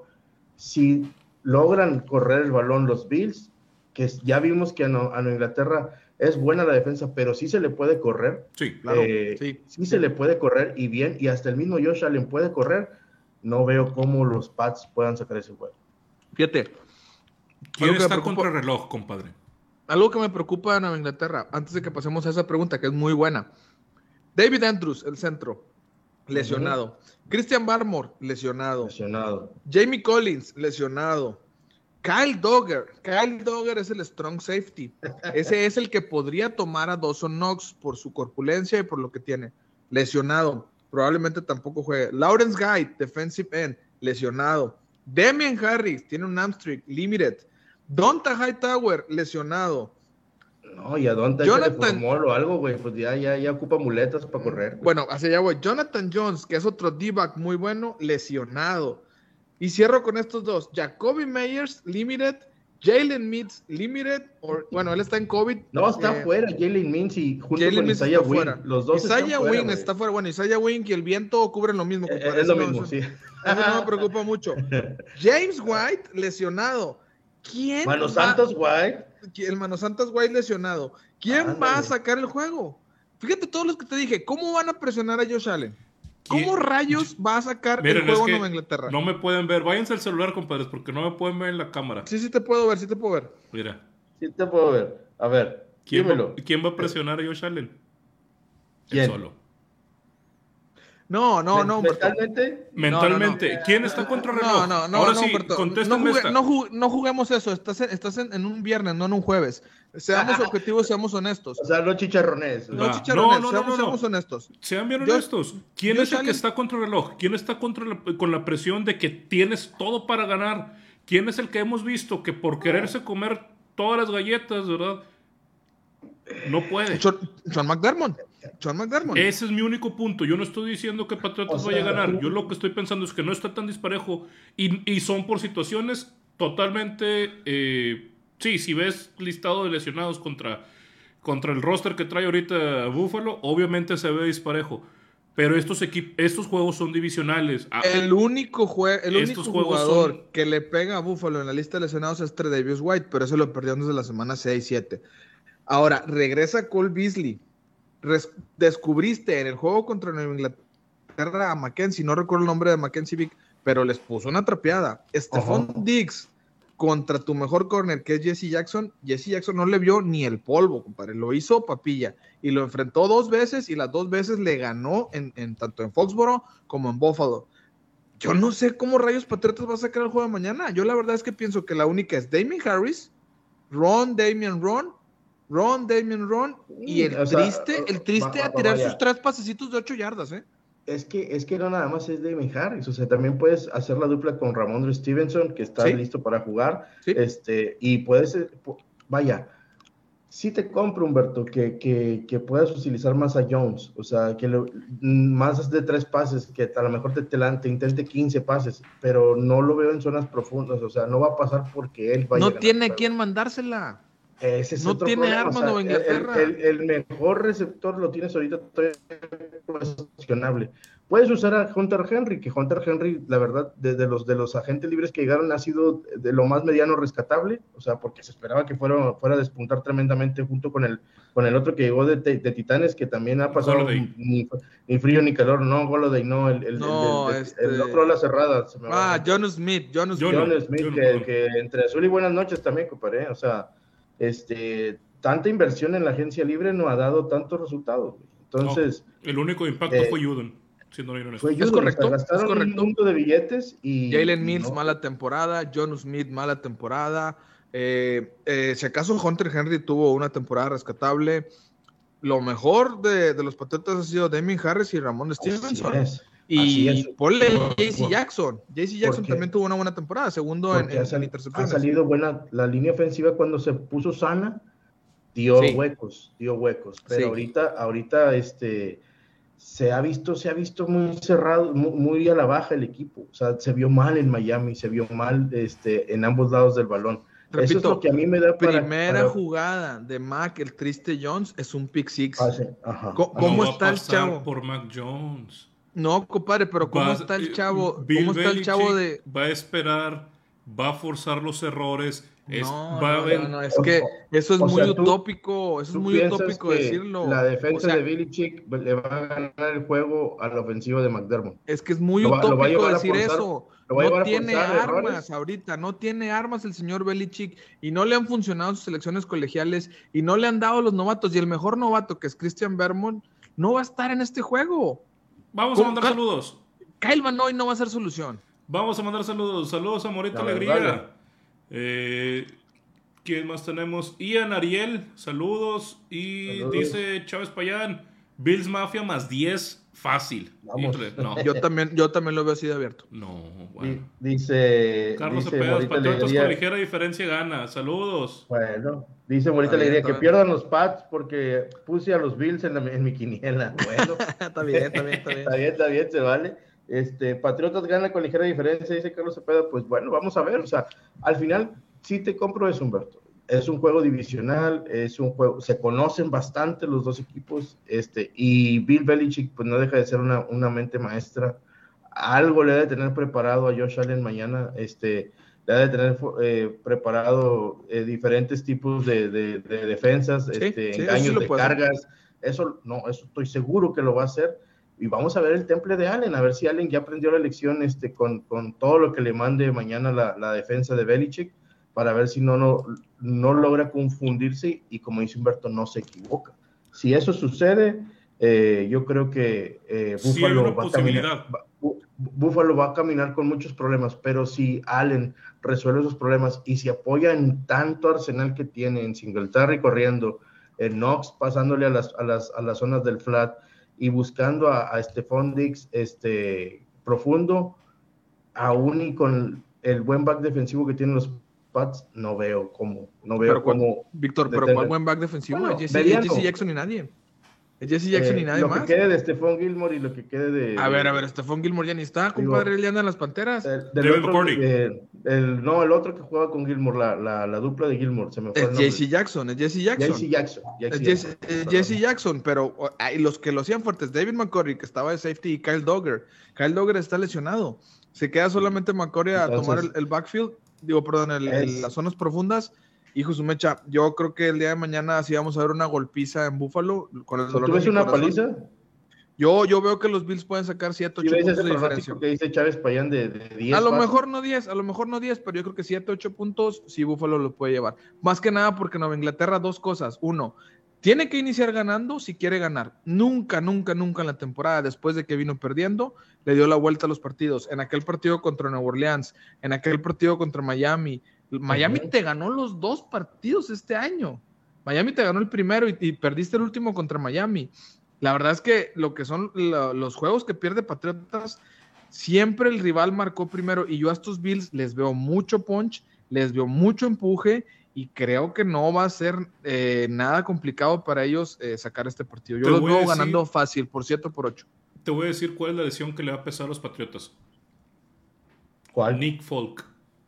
Si logran correr el balón los Bills, que ya vimos que a Nueva Inglaterra es buena la defensa, pero sí se le puede correr. Sí, claro. Sí se le puede correr y bien, y hasta el mismo Josh Allen puede correr. No veo cómo los Pats puedan sacar ese juego. Fíjate. ¿Quién está contra el reloj, compadre? Algo que me preocupa en Nueva Inglaterra, antes de que pasemos a esa pregunta, que es muy buena. David Andrews, el centro, lesionado. Christian Barmore, lesionado. Jamie Collins, lesionado. Kyle Duggar es el strong safety. Ese es el que podría tomar a Dawson Knox por su corpulencia y por lo que tiene. Lesionado. Probablemente tampoco juegue. Lawrence Guy, defensive end, lesionado. Damian Harris, tiene un hamstring, limited. Donta Hightower, lesionado. No, y a Donta se le formó o algo, güey, pues ya ocupa muletas para correr. Bueno, hacia allá voy. Jonathan Jones, que es otro D-back muy bueno, lesionado. Y cierro con estos dos. Jacoby Meyers, limited. Jalen Meads, limited. Él está en COVID. No, está fuera Jalen Meads y junto con Isaiah Wynn. Los dos Isaiah Wynn está fuera. Bueno, Isaiah Wynn y el viento cubren lo mismo. Es lo mismo, sí. Eso no me preocupa mucho. James White, lesionado. ¿Quién? Santos White. El Mano Santos White lesionado. ¿Quién va a sacar el juego? Fíjate todos los que te dije. ¿Cómo van a presionar a Josh Allen? ¿Cómo rayos va a sacar el juego Nueva Inglaterra? No me pueden ver. Váyanse al celular, compadres, porque no me pueden ver en la cámara. Sí te puedo ver. Mira. Sí te puedo ver. A ver, dímelo. ¿Quién va a presionar a Josh Allen? ¿Quién? Él solo. No. Mentalmente. ¿Quién está contra el reloj? No, ahora sí, Humberto. contéstame esta. No juguemos eso. Estás en un viernes, no en un jueves. Seamos objetivos, seamos honestos. O sea, no chicharrones. Seamos honestos. Sean bien honestos. ¿Quién es el que está contra el reloj? ¿Quién está con la presión de que tienes todo para ganar? ¿Quién es el que hemos visto que por quererse comer todas las galletas, verdad? No puede. Sean McDermott. Ese es mi único punto. Yo no estoy diciendo que Patriotas vaya a ganar. Yo lo que estoy pensando es que no está tan disparejo y son por situaciones totalmente... si ves listado de lesionados contra el roster que trae ahorita Buffalo, obviamente se ve disparejo. Pero estos juegos son divisionales. El único jugador que le pega a Buffalo en la lista de lesionados es Tre'Davious White, pero eso lo perdió desde la semana 6-7. Ahora, regresa Cole Beasley. Descubriste en el juego contra Nueva Inglaterra a McKenzie, no recuerdo el nombre de McKenzie Vick, pero les puso una trapeada. Stephon Diggs contra tu mejor corner, que es Jesse Jackson. Jesse Jackson no le vio ni el polvo, compadre. Lo hizo papilla. Y lo enfrentó 2 veces y las 2 veces le ganó tanto en Foxborough como en Buffalo. Yo no sé cómo rayos Patriotas va a sacar el juego de mañana. Yo la verdad es que pienso que la única es Damien Harris, Ron y el triste a tirar sus 3 pasecitos de 8 yardas, ¿eh? Es que no nada más es Damien Harris, o sea, también puedes hacer la dupla con Ramondre Stevenson, que está listo para jugar, y puedes, sí te compro, Humberto, que puedas utilizar más a Jones, o sea, más de 3 pases, que a lo mejor te intente 15 pases, pero no lo veo en zonas profundas, o sea, no va a pasar porque él vaya a ganar. No tiene quien mandársela. Ese es no tiene problema. armas Nueva Inglaterra. El mejor receptor lo tienes ahorita cuestionable. Puedes usar a Hunter Henry, que Hunter Henry, la verdad, de los agentes libres que llegaron, ha sido de lo más mediano rescatable, o sea, porque se esperaba que fuera a despuntar tremendamente junto con el otro que llegó de Titanes, que también ha pasado ni frío ni calor, no, Golladay, no, el otro a la cerrada. John Smith, que entre azul y buenas noches también, compadre, o sea, tanta inversión en la agencia libre no ha dado tantos resultados. Entonces, el único impacto fue Judon, siendo honesto. Es correcto. Gastaron un mundo de billetes y Jalen Mills, mala temporada. John Smith, mala temporada. Si acaso Hunter Henry tuvo una temporada rescatable. Lo mejor de los Patriotas ha sido Damien Harris y Ramon Stevenson. Y ponle JC Jackson. JC Jackson también tuvo una buena temporada, segundo en intercepciones. Ha salido buena la línea ofensiva cuando se puso sana, dio huecos. Pero ahorita se ha visto muy cerrado, muy a la baja el equipo. O sea, se vio mal en Miami, se vio mal en ambos lados del balón. Repito, eso es lo que a mí me da primera jugada de Mac, el triste Jones, es un pick six. ¿Cómo está el chavo? Por Mac Jones. No, compadre, pero ¿cómo está el chavo? ¿Cómo está el chavo va a esperar va a forzar los errores. No, es que eso es muy utópico, eso es muy utópico decirlo. La defensa de Belichick le va a ganar el juego a la ofensiva de McDermott. Es que es muy utópico decir eso. No tiene armas ahorita, no tiene armas el señor Belichick y no le han funcionado sus selecciones colegiales y no le han dado los novatos y el mejor novato que es Christian Vermont no va a estar en este juego. Vamos a mandar saludos. Kyle Van Noy no va a ser solución. Vamos a mandar saludos. Saludos a Morita Alegría. ¿Quién más tenemos? Ian Ariel, saludos. Y saludos. Dice Chávez Payán, Bills Mafia más 10, fácil. Híjole, no. Yo también lo veo así de abierto. No, bueno. Dice Carlos Cepedas, Patriotas con ligera diferencia gana. Saludos. Bueno, dice Morita Alegría que pierdan los Pats porque puse a los Bills en mi quiniela. Bueno. Está bien. Está bien, se vale. Patriotas gana con ligera diferencia, dice Carlos Cepeda. Pues bueno, vamos a ver. O sea, al final sí te compro eso, Humberto. Es un juego divisional, es un juego, se conocen bastante los dos equipos, y Bill Belichick pues no deja de ser una mente maestra. Algo le debe tener preparado a Josh Allen mañana, le debe tener preparado diferentes tipos de defensas, engaños de cargas. Eso estoy seguro que lo va a hacer. Y vamos a ver el temple de Allen, a ver si Allen ya aprendió la lección con todo lo que le mande mañana la defensa de Belichick, para ver si no logra confundirse y, como dice Humberto, no se equivoca. Si eso sucede, yo creo que Buffalo va a caminar con muchos problemas, pero si Allen resuelve esos problemas y se apoya en tanto arsenal que tiene, en Singletary corriendo, en Knox pasándole a las zonas del flat, y buscando a Stephon Diggs profundo, aún y con el buen back defensivo que tienen los Pats, no veo cómo. Víctor, pero ¿cuál buen back defensivo? Bueno, es Jesse Jackson y nadie. Es Jesse Jackson y nadie más. Lo que quede de Stephon Gilmore y lo que quede de... A ver, Stephon Gilmore ya ni está, compadre, él ya anda en las Panteras. El otro que jugaba con Gilmore, la dupla de Gilmore, se me fue el nombre. Es Jesse Jackson, pero los que lo hacían fuertes, David McCurry, que estaba de safety, y Kyle Duggar. Kyle Duggar está lesionado. Se queda solamente McCurry a tomar el backfield, las zonas profundas. Hijo su mecha, yo creo que el día de mañana sí vamos a ver una golpiza en Buffalo con el dolor. ¿Tú ves una paliza? Yo veo que los Bills pueden sacar 7, 8 puntos de diferencia. Que dice Chávez Payán de 10. A lo mejor no 10, pero yo creo que 7, 8 puntos sí Buffalo lo puede llevar. Más que nada porque Nueva Inglaterra, dos cosas. Uno, tiene que iniciar ganando si quiere ganar. Nunca en la temporada, después de que vino perdiendo, le dio la vuelta a los partidos. En aquel partido contra Nueva Orleans, en aquel partido contra Miami. Miami te ganó los dos partidos este año. Miami te ganó el primero y perdiste el último contra Miami. La verdad es que lo que son los juegos que pierde Patriotas, siempre el rival marcó primero, y yo a estos Bills les veo mucho punch, les veo mucho empuje, y creo que no va a ser nada complicado para ellos sacar este partido. Yo los veo ganando fácil, por 7 o por 8. Te voy a decir cuál es la lesión que le va a pesar a los Patriotas. ¿Cuál? Nick Folk.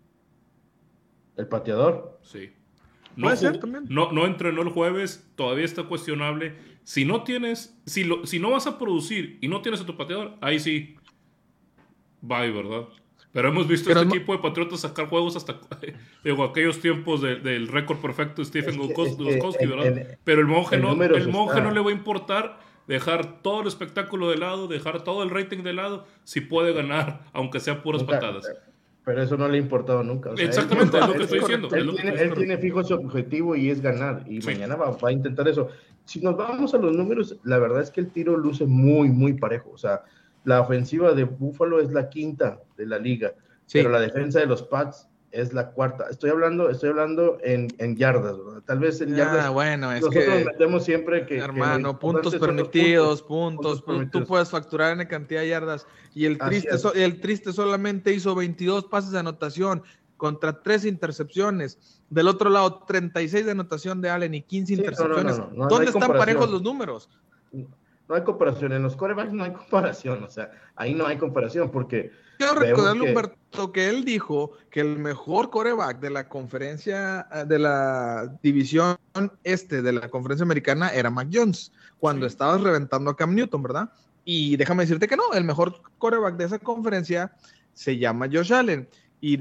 ¿El pateador? Sí. Puede ser también. No entrenó el jueves, todavía está cuestionable. Si no vas a producir y no tienes a tu pateador, ahí sí, bye, ¿verdad? Pero hemos visto equipo de Patriotas sacar juegos hasta aquellos tiempos del récord perfecto de Stephen Gostkowski, ¿verdad? Pero el monje no le va a importar dejar todo el espectáculo de lado, dejar todo el rating de lado, si puede ganar, aunque sea puras patadas. Pero eso no le ha importado nunca. O sea, exactamente, es lo que estoy diciendo. Él tiene fijo su objetivo y es ganar. Y mañana va a intentar eso. Si nos vamos a los números, la verdad es que el tiro luce muy, muy parejo. O sea, la ofensiva de Buffalo es la 5ª de la liga. Sí. Pero la defensa de los Pats es la 4ª. Estoy hablando en yardas, ¿verdad? Tal vez en yardas. Bueno, es nosotros que metemos siempre que... Hermano, puntos permitidos, puntos. Tú puedes facturar en cantidad de yardas. Y el triste solamente hizo 22 pases de anotación contra 3 intercepciones. Del otro lado, 36 de anotación de Allen y 15 intercepciones. No, ¿Dónde están parejos los números? No hay comparación. En los quarterbacks no hay comparación. O sea, ahí no hay comparación porque... Quiero recordarle, Humberto, que él dijo que el mejor quarterback de la conferencia, de la división de la conferencia americana era Mac Jones, cuando estabas reventando a Cam Newton, ¿verdad? Y déjame decirte que no, el mejor quarterback de esa conferencia se llama Josh Allen, y desde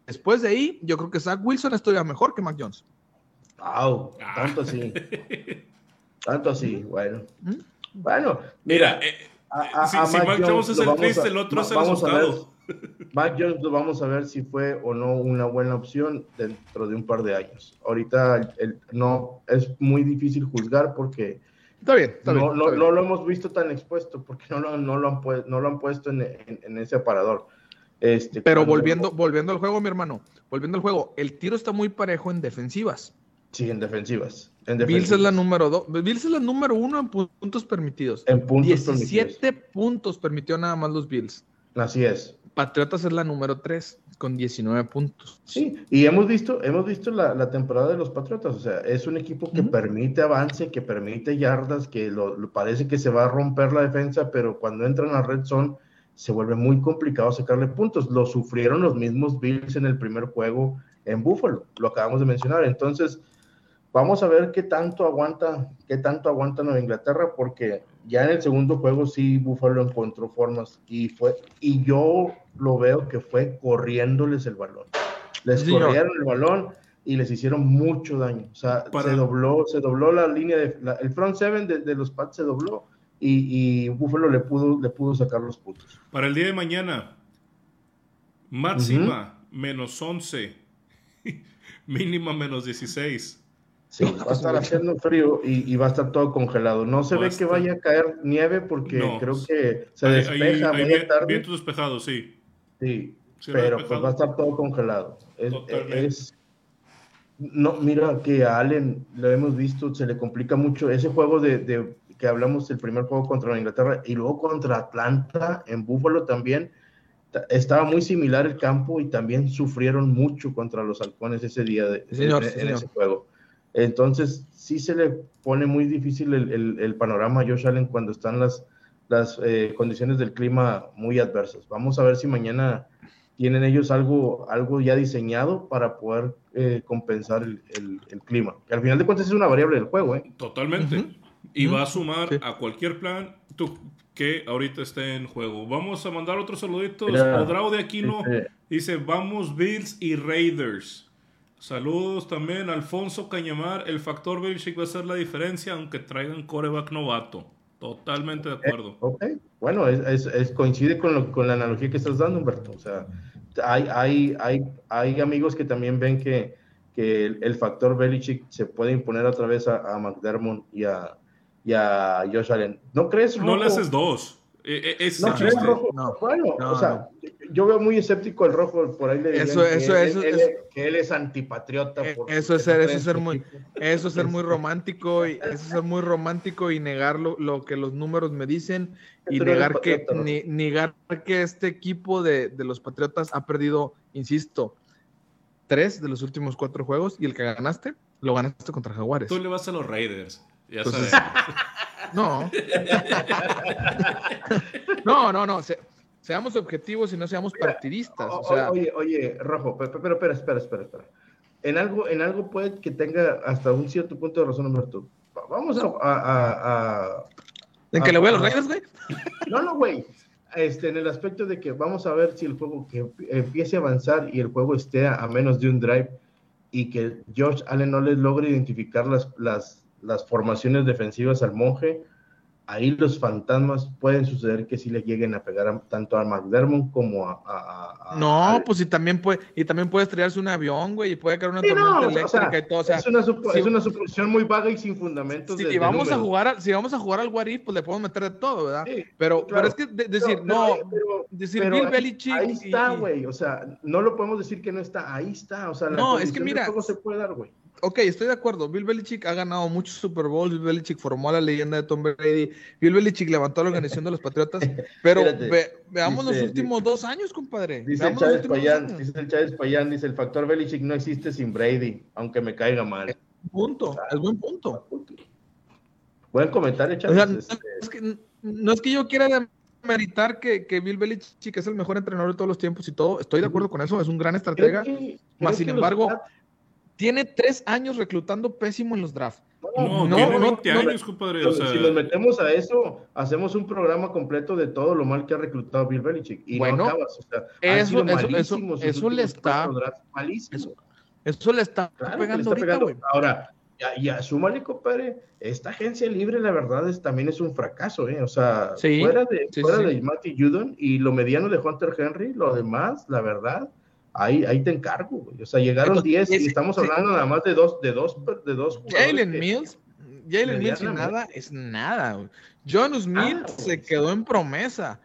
después de ahí, yo creo que Zach Wilson es todavía mejor que Mac Jones. Wow, tanto así. Tanto así, bueno. Bueno, Mira, si Mac Jones es el triste, el a otro es el vamos a ver, asustado. Mac Jones lo vamos a ver si fue o no una buena opción dentro de un par de años. Ahorita no es muy difícil juzgar porque Está bien. no lo hemos visto tan expuesto porque no lo han puesto en ese aparador. Pero volviendo al juego, mi hermano, volviendo al juego, el tiro está muy parejo en defensivas. Sí, en defensivas. Bills es la número 2. Bills es la número 1 en puntos permitidos. En puntos 17 puntos permitió nada más los Bills. Así es. Patriotas es la número 3 con 19 puntos. Sí, y hemos visto la temporada de los Patriotas, o sea, es un equipo que permite avance, que permite yardas, que parece que se va a romper la defensa, pero cuando entran a red zone se vuelve muy complicado sacarle puntos. Lo sufrieron los mismos Bills en el primer juego en Buffalo, lo acabamos de mencionar. Entonces, vamos a ver qué tanto aguanta Nueva Inglaterra, porque ya en el segundo juego sí Buffalo encontró formas y yo lo veo que fue corriéndoles el balón. Les corrieron el balón y les hicieron mucho daño. O sea, se dobló la línea el front seven de los Pats se dobló y Buffalo le pudo sacar los puntos. Para el día de mañana, máxima menos 11, mínima menos 16. Sí, va a estar haciendo frío y va a estar todo congelado. No se ve que vaya a caer nieve porque creo que se despeja muy tarde. Vientos despejados, sí. Sí, pero pues va a estar todo congelado. No, mira que a Allen lo hemos visto, se le complica mucho ese juego de que hablamos, el primer juego contra Inglaterra y luego contra Atlanta en Buffalo también. Estaba muy similar el campo y también sufrieron mucho contra los halcones ese día en ese juego. Entonces sí se le pone muy difícil el panorama a Josh Allen cuando están las condiciones del clima muy adversas. Vamos a ver si mañana tienen ellos algo ya diseñado para poder compensar el clima, que al final de cuentas es una variable del juego. Totalmente. Y va a sumar a cualquier plan que ahorita esté en juego. Vamos a mandar otros saluditos. Odrao de Aquino dice, vamos Bills y Raiders. Saludos también, Alfonso Cañamar. El factor Belichick va a ser la diferencia, aunque traigan quarterback novato. Totalmente de acuerdo. Bueno, coincide con la analogía que estás dando, Humberto. O sea, hay amigos que también ven que el factor Belichick se puede imponer otra vez a McDermott y a Josh Allen. ¿No crees, Rojo? No le haces dos. No crees, Rojo. O sea, yo veo muy escéptico al Rojo, por ahí le dirían que él es antipatriota. Eso es ser muy romántico y negar lo que los números me dicen y negar que este equipo de los Patriotas ha perdido, insisto, 3 de los últimos 4 juegos y el que ganaste, lo ganaste contra Jaguares. Tú le vas a los Raiders, ya entonces, sabemos. No. Seamos objetivos y no seamos partidistas. Oye, Rojo, pero espera. En algo puede que tenga hasta un cierto punto de razón, Humberto. Vamos ¿En que le voy a los Raiders, güey? No, güey. En el aspecto de que vamos a ver si el juego que empiece a avanzar y el juego esté a menos de un drive y que Josh Allen no les logre identificar las formaciones defensivas al monje, ahí los fantasmas pueden suceder que sí le lleguen a pegar tanto a McDermott como a pues y también puede estrellarse un avión, güey, y puede caer una tormenta eléctrica y todo. O sea, es una suposición muy vaga y sin fundamentos. Si vamos a jugar al What If, pues le podemos meter de todo, ¿verdad? Sí, pero es que decir Bill Belichick. Ahí está, güey. O sea, no lo podemos decir que no está. Ahí está. O sea, es que mira, se puede dar, güey. Ok, estoy de acuerdo. Bill Belichick ha ganado muchos Super Bowls. Bill Belichick formó la leyenda de Tom Brady. Bill Belichick levantó la organización de los Patriotas. Pero veamos los últimos 2 años, compadre. Dice el Chávez Payán, dice el factor Belichick no existe sin Brady, aunque me caiga mal. Es buen punto. Buen comentario, Chávez. O sea, no es que yo quiera demeritar que Bill Belichick es el mejor entrenador de todos los tiempos y todo. Estoy de acuerdo con eso. Es un gran estratega. Sin embargo, tiene 3 años reclutando pésimo en los drafts. No, tiene 20 años, compadre. O sea, si nos metemos a eso, hacemos un programa completo de todo lo mal que ha reclutado Bill Belichick. Y bueno, no acabas. O sea, eso le está. Malísimo. Eso le está Claro pegando ahorita, güey. Ahora, ya súmale, compadre, esta agencia libre, la verdad, también es un fracaso, ¿eh? O sea, Sí, fuera de sí. Matthew Judon y lo mediano de Hunter Henry, lo demás, la verdad, ahí te encargo, güey. O sea, llegaron 10 y estamos hablando nada más de dos jugadores. Jalen Mills y nada es nada, güey. John Smith se quedó en promesa.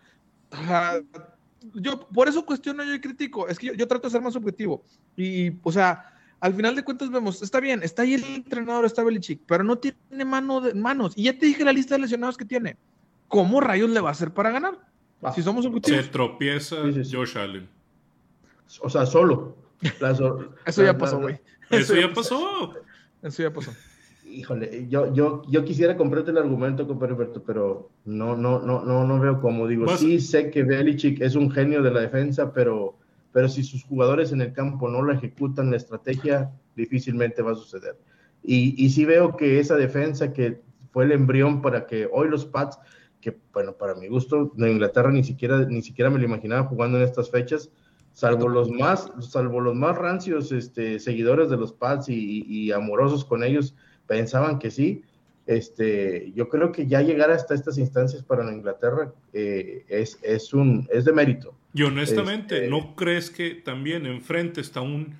Yo por eso cuestiono yo y critico. Es que yo trato de ser más objetivo. Y, o sea, al final de cuentas vemos, está bien, está ahí el entrenador, está Belichick, pero no tiene manos. Y ya te dije la lista de lesionados que tiene. ¿Cómo rayos le va a hacer para ganar? Si somos objetivos. Se tropieza Josh Allen. O sea, solo. Eso ya pasó, güey. Eso ya pasó. Híjole, yo quisiera comprarte el argumento, compadre Alberto, pero no veo cómo. Digo, sí sé que Belichick es un genio de la defensa, pero si sus jugadores en el campo no la ejecutan la estrategia, difícilmente va a suceder. Y sí veo que esa defensa que fue el embrión para que hoy los Pats, que bueno, para mi gusto, de Inglaterra ni siquiera me lo imaginaba jugando en estas fechas, salvo los más rancios seguidores de los Pats y amorosos con ellos, pensaban que sí. Yo creo que ya llegar hasta estas instancias para la Inglaterra es de mérito. Y honestamente, ¿no crees que también enfrente está un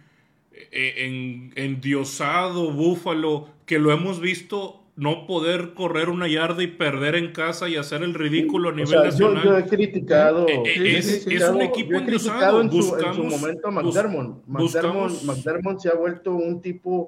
endiosado Búfalo que lo hemos visto no poder correr una yarda y perder en casa y hacer el ridículo a nivel nacional? Yo he criticado. Es un equipo endiosado. En su momento a McDermott. McDermott se ha vuelto un tipo.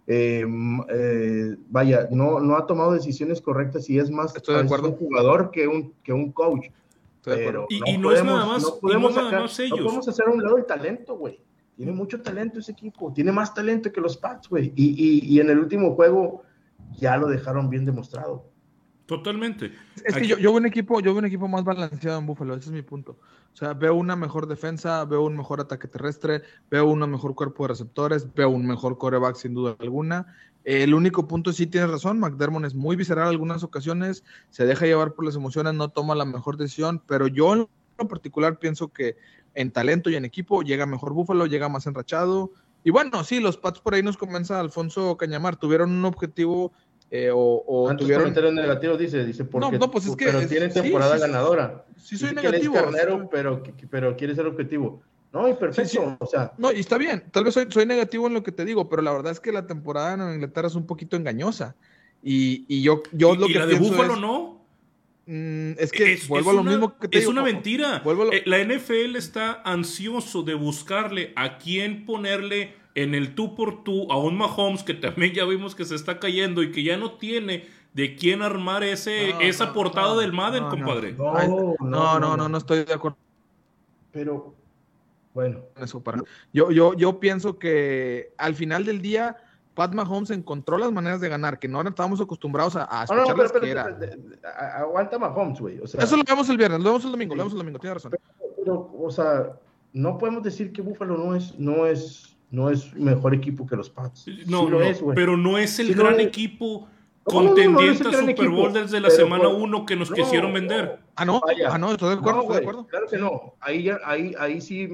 Vaya, no ha tomado decisiones correctas y es más un jugador que un coach. Pero no es nada más. No podemos hacer a un lado el talento, güey. Tiene mucho talento ese equipo. Tiene más talento que los Pats, güey. Y en el último juego ya lo dejaron bien demostrado. Totalmente. Es que yo veo un equipo más balanceado en Buffalo, ese es mi punto. O sea, veo una mejor defensa, veo un mejor ataque terrestre, veo un mejor cuerpo de receptores, veo un mejor quarterback sin duda alguna. El único punto, sí tienes razón, McDermott es muy visceral en algunas ocasiones, se deja llevar por las emociones, no toma la mejor decisión, pero yo en lo particular pienso que en talento y en equipo llega mejor Buffalo, llega más enrachado. Y bueno, sí, los Pats por ahí nos comienza Alfonso Cañamar, tuvieron un objetivo tuvieron comentarios negativos, dice porque pues es que pero tiene temporada ganadora. Sí soy negativo. Que es carnero, pero quiere ser objetivo. No, y perfecto, sí. O sea. No, y está bien, tal vez soy negativo en lo que te digo, pero la verdad es que la temporada en Inglaterra es un poquito engañosa. Y yo lo que la de Búfalo no. Es que vuelvo a lo mismo que te digo. Es una mentira. La NFL está ansioso de buscarle a quién ponerle en el tú por tú a un Mahomes que también ya vimos que se está cayendo y que ya no tiene de quién armar esa portada del Madden, compadre. No estoy de acuerdo. Pero bueno, eso yo pienso que al final del día Pat Mahomes encontró las maneras de ganar, que no estábamos acostumbrados a escucharlas que era. Aguanta Mahomes, güey. O sea, eso lo vemos el viernes, lo vemos el domingo, tienes razón. Pero, o sea, no podemos decir que Buffalo no es mejor equipo que los Pats. Pero no es el gran equipo contendiente a Super Bowl desde la semana 1 que nos quisieron vender. Estoy de acuerdo. Claro que no. Ahí sí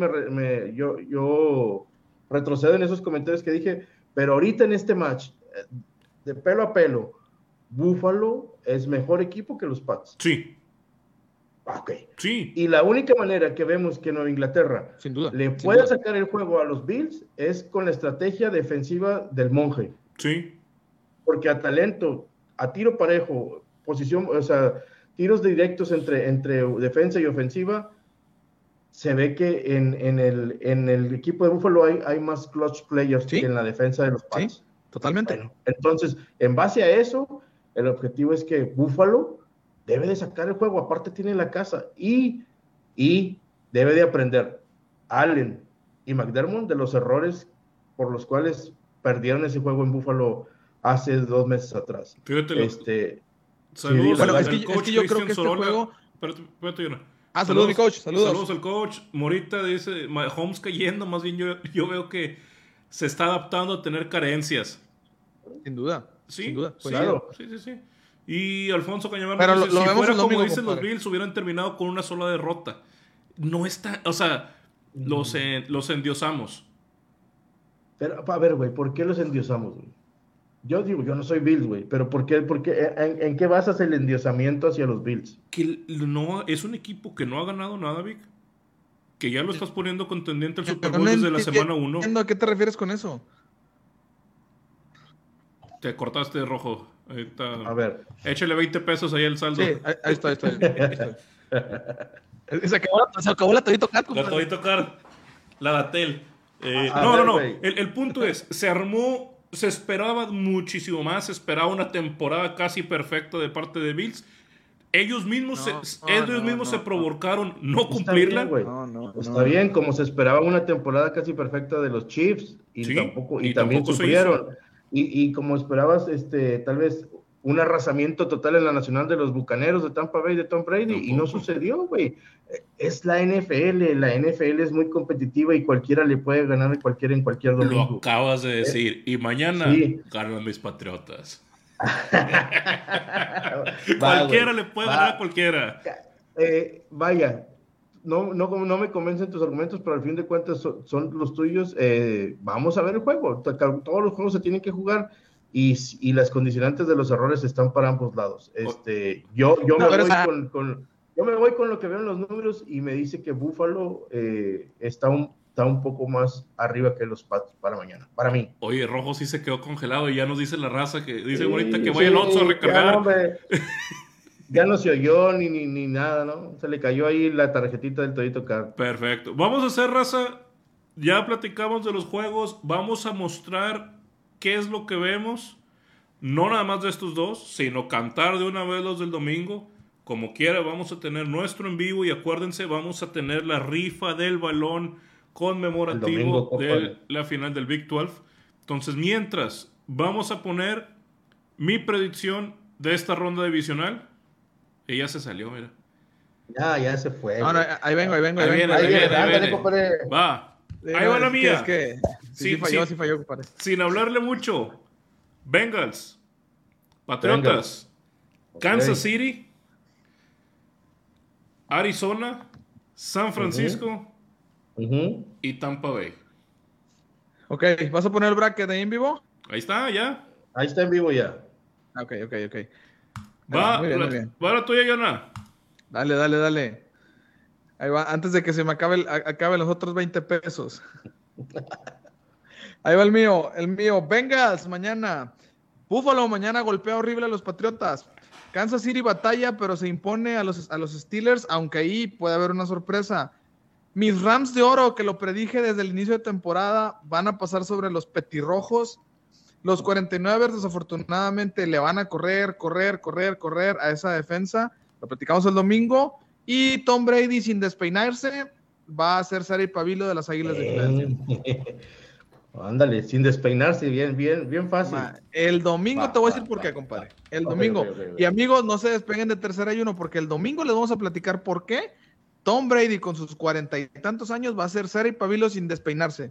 yo retrocedo en esos comentarios que dije, pero ahorita en este match, de pelo a pelo, Buffalo es mejor equipo que los Pats. Sí. Ok. Sí. Y la única manera que vemos que Nueva Inglaterra le puede sacar el juego a los Bills es con la estrategia defensiva del monje. Sí. Porque a talento, a tiro parejo, posición, o sea, tiros directos entre defensa y ofensiva, se ve que en el equipo de Buffalo hay más clutch players que en la defensa de los Pats. Sí, totalmente. Bueno, entonces, en base a eso, el objetivo es que Buffalo debe de sacar el juego, aparte tiene la casa, y debe de aprender Allen y McDermott de los errores por los cuales perdieron ese juego en Buffalo hace 2 meses atrás. Fíjate. Saludos. Bueno, es que yo creo que este juego... Espérate, Yona. Saludos, mi coach. Saludos al coach. Morita dice, Mahomes cayendo, más bien yo veo que se está adaptando a tener carencias. Sin duda. Sí, sin duda. sí, claro. sí. Y Alfonso Cañamar Pero dice, lo si vemos fuera el como domingo, dicen los compadre. Bills, hubieran terminado con una sola derrota. No está, o sea, los endiosamos. Pero, a ver, güey, ¿por qué los endiosamos, güey? Yo digo, yo no soy Bills, güey, pero ¿en qué basas el endiosamiento hacia los Bills? Que no, es un equipo que no ha ganado nada, Vic. Que ya lo estás poniendo contendiente al Super Yo Bowl no desde la semana 1. entiendo a qué te refieres con eso. Te cortaste, Rojo. A ver. Échale 20 pesos ahí al saldo. Sí, ahí estoy. Se acabó la Todito Cat, La compadre. te voy a tocar. La Datel. A ver, No. güey. El punto es, se armó, se esperaba muchísimo más, se esperaba una temporada casi perfecta de parte de Bills. Ellos mismos, se provocaron no Está cumplirla. bien, güey. No. Está bien, como se esperaba una temporada casi perfecta de los Chiefs y Sí, también tampoco se sufrieron. Y como esperabas, tal vez un arrasamiento total en la nacional de los Bucaneros de Tampa Bay de Tom Brady y no Tampoco. sucedió, güey. Es la NFL es muy competitiva y cualquiera le puede ganar a cualquiera en cualquier Lo domingo. acabas de decir. Y mañana Sí. ganan mis Patriotas. Va, Cualquiera güey, le puede va. ganar a cualquiera. Vaya, no me convencen tus argumentos, pero al fin de cuentas son los tuyos. Vamos a ver el juego. Todos los juegos se tienen que jugar y las condicionantes de los errores están para ambos lados. Yo me voy con lo que veo en los números y me dice que Buffalo está un poco más arriba que los Pats para mañana, para mí. Oye, Rojo sí se quedó congelado y ya nos dice la raza que dice Sí, ahorita que vaya el Otso a recargar. Ya no se oyó ni nada, ¿no? Se le cayó ahí la tarjetita del Todito Card. Perfecto. Vamos a hacer, raza. Ya platicamos de los juegos. Vamos a mostrar qué es lo que vemos. No nada más de estos dos, sino cantar de una vez los del domingo. Como quiera, vamos a tener nuestro en vivo. Y acuérdense, vamos a tener la rifa del balón conmemorativo domingo, de la final del Big 12. Entonces, mientras, vamos a poner mi predicción de esta ronda divisional. Ella se salió, mira. Ya se fue. No, ahí vengo. Ahí viene, Ahí viene, ahí ándale, viene. compadre. Va. Ahí va la mía. Es que sí falló, compadre. Sin hablarle mucho. Bengals. Patriotas. Kansas City. Arizona. San Francisco. Y Tampa Bay. Ok, ¿vas a poner el bracket ahí en vivo? Ahí está, ya. Ahí está en vivo ya. Ok. Va, Muy bien. va la tuya, Yana. Dale. Ahí va, antes de que se me acabe los otros 20 pesos. Ahí va el mío. Bengals mañana. Buffalo mañana golpea horrible a los Patriotas. Kansas City batalla, pero se impone a los Steelers, aunque ahí puede haber una sorpresa. Mis Rams de oro, que lo predije desde el inicio de temporada, van a pasar sobre los petirrojos. Los 49ers desafortunadamente le van a correr a esa defensa. Lo platicamos el domingo. Y Tom Brady, sin despeinarse, va a hacer Sari Pavilo de las Águilas de Filadelfia. Ándale, sin despeinarse, bien fácil. El domingo te voy a decir por qué, compadre. El domingo. Okay. Y amigos, no se despeguen de tercera y uno, porque el domingo les vamos a platicar por qué Tom Brady con sus 40 y tantos años va a hacer Sari Pavilo sin despeinarse.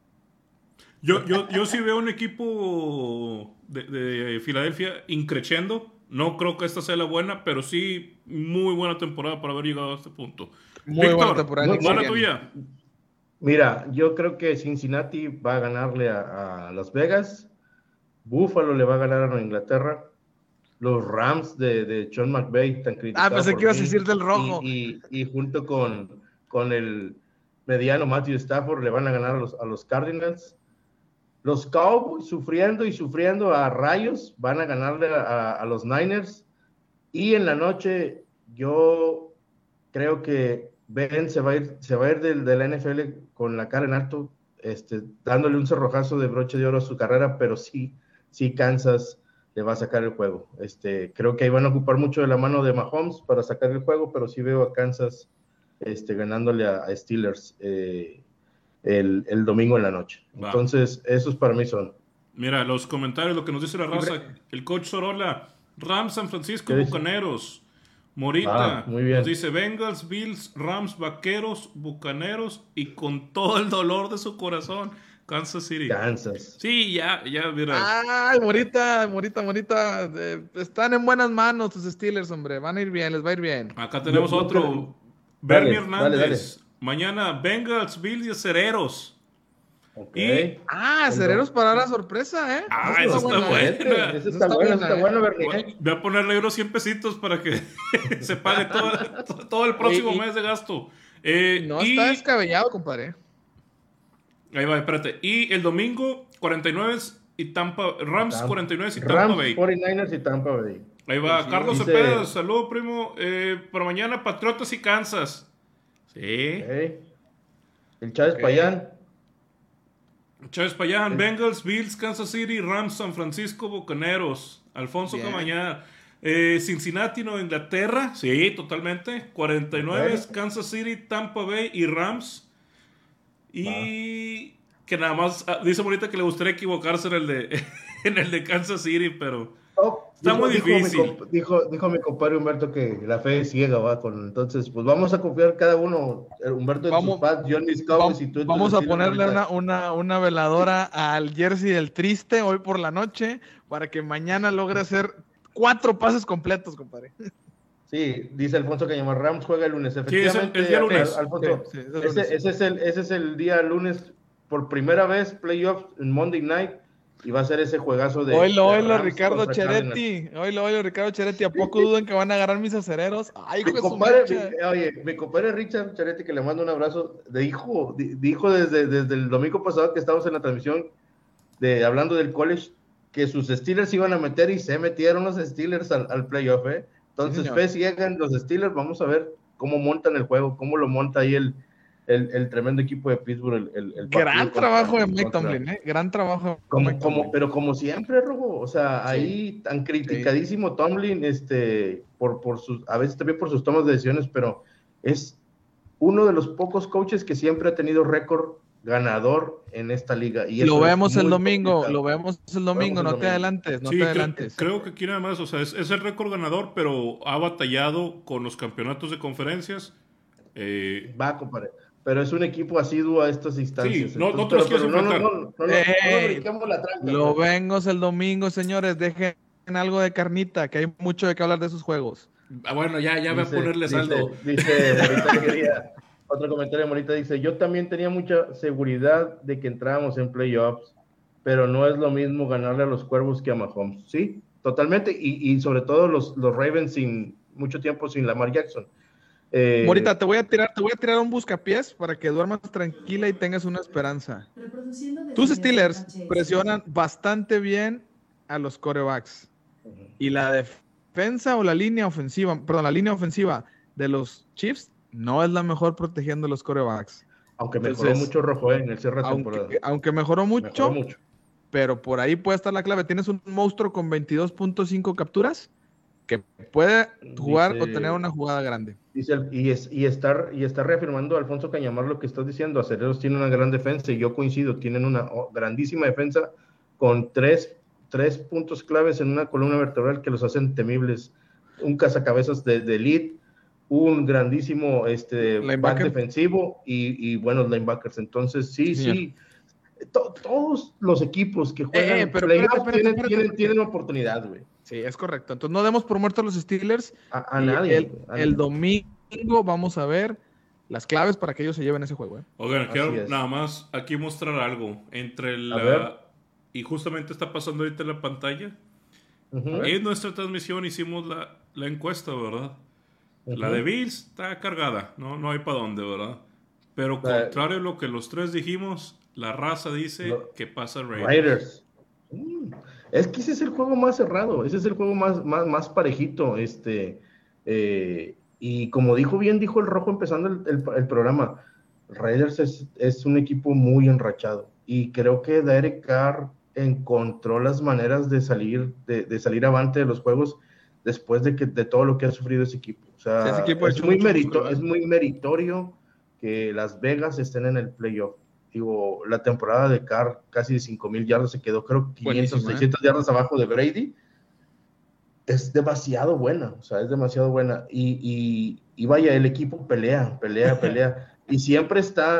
Yo sí veo un equipo de Filadelfia increciendo. No creo que esta sea la buena, pero sí muy buena temporada para haber llegado a este punto. Muy Víctor, buena temporada. ¿va la tuya? Mira, yo creo que Cincinnati va a ganarle a Las Vegas. Buffalo le va a ganar a Nueva Inglaterra. Los Rams de Sean McVay, tan criticados. Pensé que ibas a decir del Rojo. Y junto con el mediano Matthew Stafford le van a ganar a los Cardinals. Los Cowboys sufriendo a rayos van a ganarle a los Niners. Y en la noche yo creo que Ben se va a ir de la NFL con la cara en alto, dándole un cerrojazo de broche de oro a su carrera, pero sí Kansas le va a sacar el juego. Creo que ahí van a ocupar mucho de la mano de Mahomes para sacar el juego, pero sí veo a Kansas ganándole a Steelers el domingo en la noche. Va. Entonces, esos para mí son. Mira, los comentarios, lo que nos dice la raza. El coach Sorola, Rams, San Francisco, Bucaneros. Morita muy bien. nos dice Bengals, Bills, Rams, Vaqueros, Bucaneros y con todo el dolor de su corazón Kansas City. Kansas. Sí, ya, mira. Ay, Morita. Están en buenas manos tus Steelers, hombre. Van a ir bien, les va a ir bien. Acá tenemos Yo otro. creo- Bernie Dale, Hernández. dale. Mañana Bengals, Bills y Acereros. Ok. Y- Cereros para la sorpresa, ¿eh? Esa está buena. Esa está buena, Bernie. Voy a ponerle unos 100 pesitos para que se pague todo el próximo mes de gasto. No y está descabellado, compadre. ahí va, espérate. Y el domingo, 49 y Rams 49 y Tampa Rams, Bay. 49ers y Tampa Bay. Ahí va, Sí, Carlos dice- Cepeda, saludos, primo. Para mañana, Patriotas y Kansas. Sí. Ok. El Chávez Payán. Chávez Payán, Bengals, Bills, Kansas City, Rams, San Francisco, Bucaneros. Alfonso Bien. Camañá. Cincinnati, Nueva Inglaterra. Sí, totalmente. 49, Ok. Kansas City, Tampa Bay y Rams. Y que nada más dice Morita que le gustaría equivocarse en el de, en el de Kansas City, pero está muy difícil. Dijo mi compadre Humberto que la fe es ciega, va. Entonces, pues vamos a confiar cada uno. Humberto en sus pads, yo en mis Cowboys y tú en tus Vamos a Steelers, ponerle ahorita. una veladora al jersey del triste hoy por la noche para que mañana logre hacer 4 pases completos, compadre. Sí, dice Alfonso Cañamar, Rams juega el lunes. Sí, Efectivamente, el día lunes. Alfonso, Sí, es el lunes. ese es el día lunes. Por primera vez, playoffs en Monday Night. Y va a ser ese juegazo de. Oilo, Rams Ricardo contra Cardinals. Cheretti. Oilo, Ricardo Cheretti. ¿A poco dudan que van a agarrar mis acereros? Ay, hijo Mi de su compadre, mecha. mi compadre Richard Charetti, que le mando un abrazo, dijo desde el domingo pasado que estábamos en la transmisión hablando del college, que sus Steelers iban a meter y se metieron los Steelers al playoff, ¿eh? Entonces, señor. fe llegan los Steelers, vamos a ver cómo montan el juego, cómo lo monta ahí el tremendo equipo de Pittsburgh. El Gran partido trabajo de contra- Mike Tomlin, ¿eh? Gran trabajo de Mike Tomlin. pero como siempre, Robo, o sea, Sí. ahí tan criticadísimo Tomlin, por sus, a veces también por sus tomas de decisiones, pero es uno de los pocos coaches que siempre ha tenido récord ganador en esta liga. Y Lo eso es vemos el muy domingo, complicado. no te adelantes, no Sí, te adelantes. creo que aquí nada más, o sea, es el récord ganador, pero ha batallado con los campeonatos de conferencias. Va, compadre. Pero es un equipo asiduo a estas instancias. Sí, no te los quieres enfrentar. No brinquemos la tranca. Lo vemos el domingo, señores. Dejen algo de carnita, que hay mucho de qué hablar de esos juegos. Bueno, ya voy a ponerle saldo. Dice Morita quería, otro comentario de Morita dice, yo también tenía mucha seguridad de que entrábamos en playoffs, pero no es lo mismo ganarle a los Cuervos que a Mahomes. Sí, totalmente, y sobre todo los Ravens mucho tiempo sin Lamar Jackson. Morita, te voy a tirar un buscapiés para que duermas tranquila y tengas una esperanza. Tus Steelers presionan bastante bien a los quarterbacks. Y la defensa o la línea ofensiva de los Chiefs no es la mejor protegiendo a los quarterbacks. Aunque mejoró mucho Rojo en el cierre de temporada. Aunque mejoró mucho, pero por ahí puede estar la clave. Tienes un monstruo con 22.5 capturas que puede jugar o tener una jugada grande. Y está reafirmando Alfonso Cañamar lo que estás diciendo. Acereros tiene una gran defensa y yo coincido, tienen una grandísima defensa con tres puntos claves en una columna vertebral que los hacen temibles. Un cazacabezas de elite, un grandísimo back defensivo y buenos linebackers. Entonces, sí. Todos los equipos que juegan playoffs tienen oportunidad, güey. Sí, es correcto. Entonces no demos por muertos a los Steelers. A nadie. El domingo vamos a ver las claves para que ellos se lleven ese juego. Oigan, quiero nada más aquí mostrar algo. Y justamente está pasando ahorita en la pantalla. En nuestra transmisión hicimos la encuesta, ¿verdad? La de Bills está cargada. No hay para dónde, ¿verdad? Pero contrario a lo que los tres dijimos, la raza dice que pasa Raiders. Es que ese es el juego más cerrado, ese es el juego más parejito, y como dijo el Rojo empezando el programa, Raiders es un equipo muy enrachado, y creo que Derek Carr encontró las maneras de salir avante de los juegos después de todo lo que ha sufrido ese equipo. O sea, ese equipo es muy meritorio que Las Vegas estén en el playoff. Digo, la temporada de Carr, casi de 5,000 yardas, se quedó, creo, 500, 600 yardas abajo de Brady. Es demasiado buena, o sea, es demasiado buena. Y vaya, el equipo pelea. y siempre está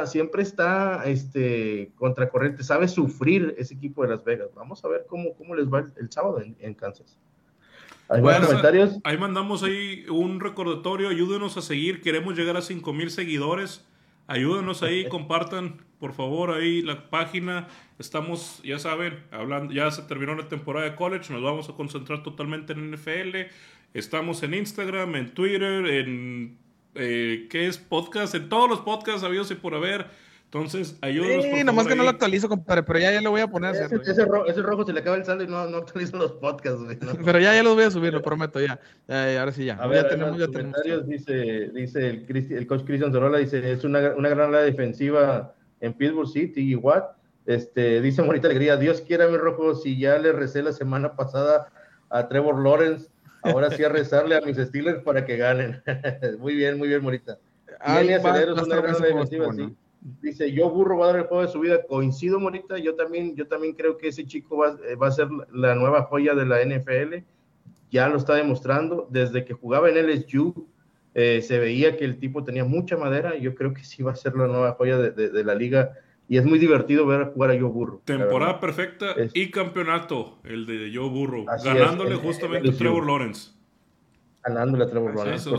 contracorriente, sabe sufrir ese equipo de Las Vegas. Vamos a ver cómo les va el sábado en Kansas. ¿Hay más comentarios? Ahí mandamos ahí un recordatorio, ayúdenos a seguir, queremos llegar a 5,000 seguidores, ayúdenos ahí, compartan por favor ahí la página. Estamos, ya saben, hablando, ya se terminó la temporada de college, nos vamos a concentrar totalmente en NFL. Estamos en Instagram, en Twitter, en ¿qué es? Podcast, en todos los podcasts habidos y por haber. Entonces, ayúdanos. Sí, nomás que no lo actualizo, compadre, pero ya lo voy a poner. Ese rojo se le acaba el saldo y no actualizo los podcasts, güey, ¿no? Pero ya los voy a subir, lo prometo, ya. Ahora sí, ya. A ver, ya tenemos. Comentarios, dice el coach Cristian Sorola, dice, es una gran ala defensiva en Pittsburgh City y Watt. Dice Morita Alegría, Dios quiera, mi rojo, si ya le recé la semana pasada a Trevor Lawrence, ahora sí a rezarle a mis Steelers para que ganen. Muy bien, Morita. Y Acelero es una gran ala defensiva, sí. Dice, Joe Burrow va a dar el juego de su vida. Coincido, Morita, yo también creo que ese chico va a ser la nueva joya de la NFL. Ya lo está demostrando. Desde que jugaba en LSU, se veía que el tipo tenía mucha madera. Yo creo que sí va a ser la nueva joya de la liga. Y es muy divertido ver jugar a Joe Burrow. Temporada perfecta y campeonato, el de Joe Burrow. Ganándole justamente a Trevor Lawrence. Ganándole a Trevor Lawrence.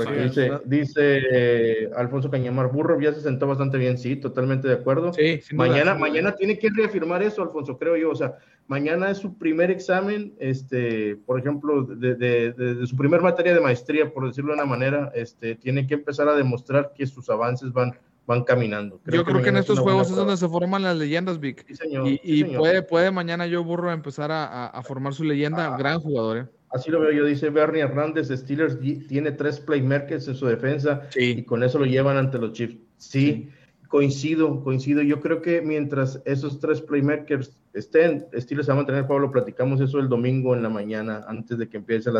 Dice Alfonso Cañamar, Burrow ya se sentó bastante bien, sí, totalmente de acuerdo. Sí, mañana tiene que reafirmar eso, Alfonso, creo yo. O sea, mañana es su primer examen, por ejemplo, de su primer materia de maestría, por decirlo de una manera, tiene que empezar a demostrar que sus avances van caminando. Yo creo que en estos juegos es donde se forman las leyendas, Vic. Sí, señor. Y puede mañana Joe Burrow empezar a formar su leyenda. Gran jugador, Así lo veo yo, dice Bernie Hernández, Steelers tiene 3 playmakers en su defensa y con eso lo llevan ante los Chiefs. Sí. Coincido. Yo creo que mientras esos 3 playmakers estén, Steelers se va a mantener, Pablo, platicamos eso el domingo en la mañana, antes de que empiece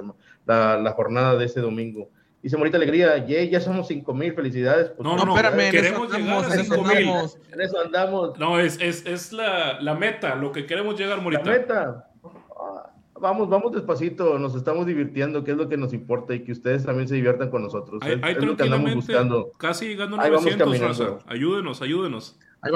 la jornada de ese domingo. Dice Morita Alegría, ya somos 5,000, felicidades. Pues, no, espérame, queremos llegar a 5,000. En eso andamos. No, es la meta, lo que queremos llegar, Morita. La meta. Vamos despacito, nos estamos divirtiendo, que es lo que nos importa, y que ustedes también se diviertan con nosotros. Ahí es lo que andamos buscando. Casi llegando a 900, raza. Ayúdenos. Ahí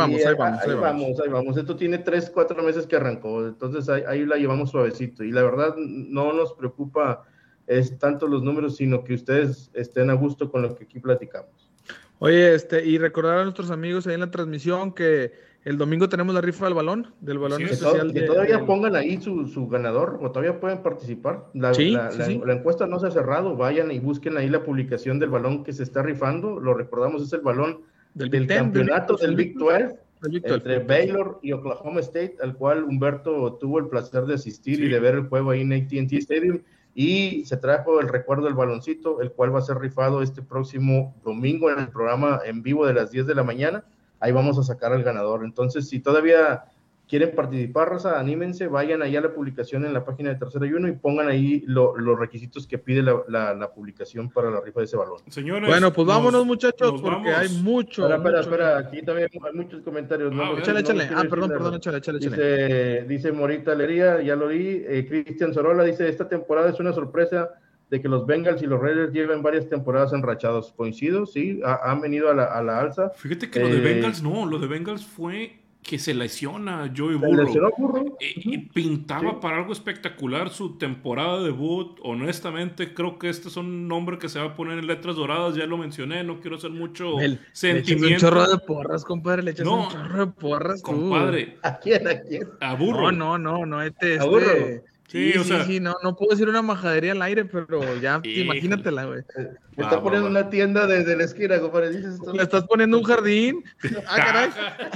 vamos. Esto tiene 3-4 meses que arrancó, entonces ahí la llevamos suavecito. Y la verdad, no nos preocupa es tanto los números, sino que ustedes estén a gusto con lo que aquí platicamos. Oye, y recordar a nuestros amigos ahí en la transmisión que el domingo tenemos la rifa del balón especial. Que todavía pongan ahí su ganador, o todavía pueden participar. La encuesta no se ha cerrado, vayan y busquen ahí la publicación del balón que se está rifando. Lo recordamos, es el balón del campeonato del Big 12 entre Baylor y Oklahoma State, al cual Humberto tuvo el placer de asistir y de ver el juego ahí en AT&T Stadium. Y se trajo el recuerdo del baloncito, el cual va a ser rifado este próximo domingo en el programa en vivo de las 10 de la mañana. Ahí vamos a sacar al ganador. Entonces, si todavía quieren participar, raza, anímense, vayan allá a la publicación en la página de Tercera y Uno y pongan ahí los requisitos que pide la publicación para la rifa de ese balón. Señores, bueno, pues vámonos, muchachos, porque hay mucho. Espera, aquí también hay muchos comentarios. Échale. Perdón, échale. Dice Morita Alegría, ya lo vi. Cristian Sorola dice, esta temporada es una sorpresa de que los Bengals y los Raiders lleven varias temporadas enrachados. Coincido, sí, han venido a la alza. Fíjate que lo de Bengals fue que se lesiona Joey Burrow. Y pintaba para algo espectacular su temporada de debut. Honestamente, creo que este es un nombre que se va a poner en letras doradas. Ya lo mencioné, no quiero hacer mucho sentimiento. Le echas un chorro de porras, compadre. Le echas un chorro de porras, compadre. ¿A quién? A Burrow. No. ¿A Burrow? Sí, no puedo decir una majadería al aire, pero ya imagínatela, güey. Me está poniendo una tienda desde la esquina, compadre. ¿Dices esto? ¿Le estás poniendo un jardín? Caray.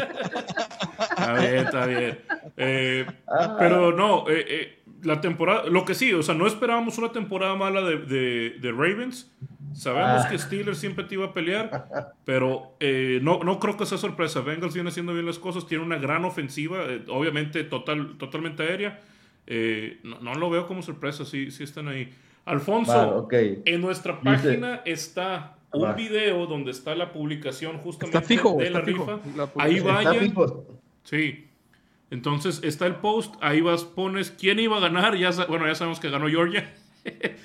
Está bien. Pero no, la temporada, lo que sí, o sea, no esperábamos una temporada mala de Ravens. Sabemos que Steelers siempre te iba a pelear, pero no creo que sea sorpresa. Bengals viene haciendo bien las cosas, tiene una gran ofensiva, obviamente totalmente aérea. No lo veo como sorpresa, sí están ahí. Alfonso, en nuestra página está un video donde está la publicación justamente de la rifa. Ahí vayan. Sí. Entonces está el post, ahí pones quién iba a ganar. Ya sabemos que ganó Georgia.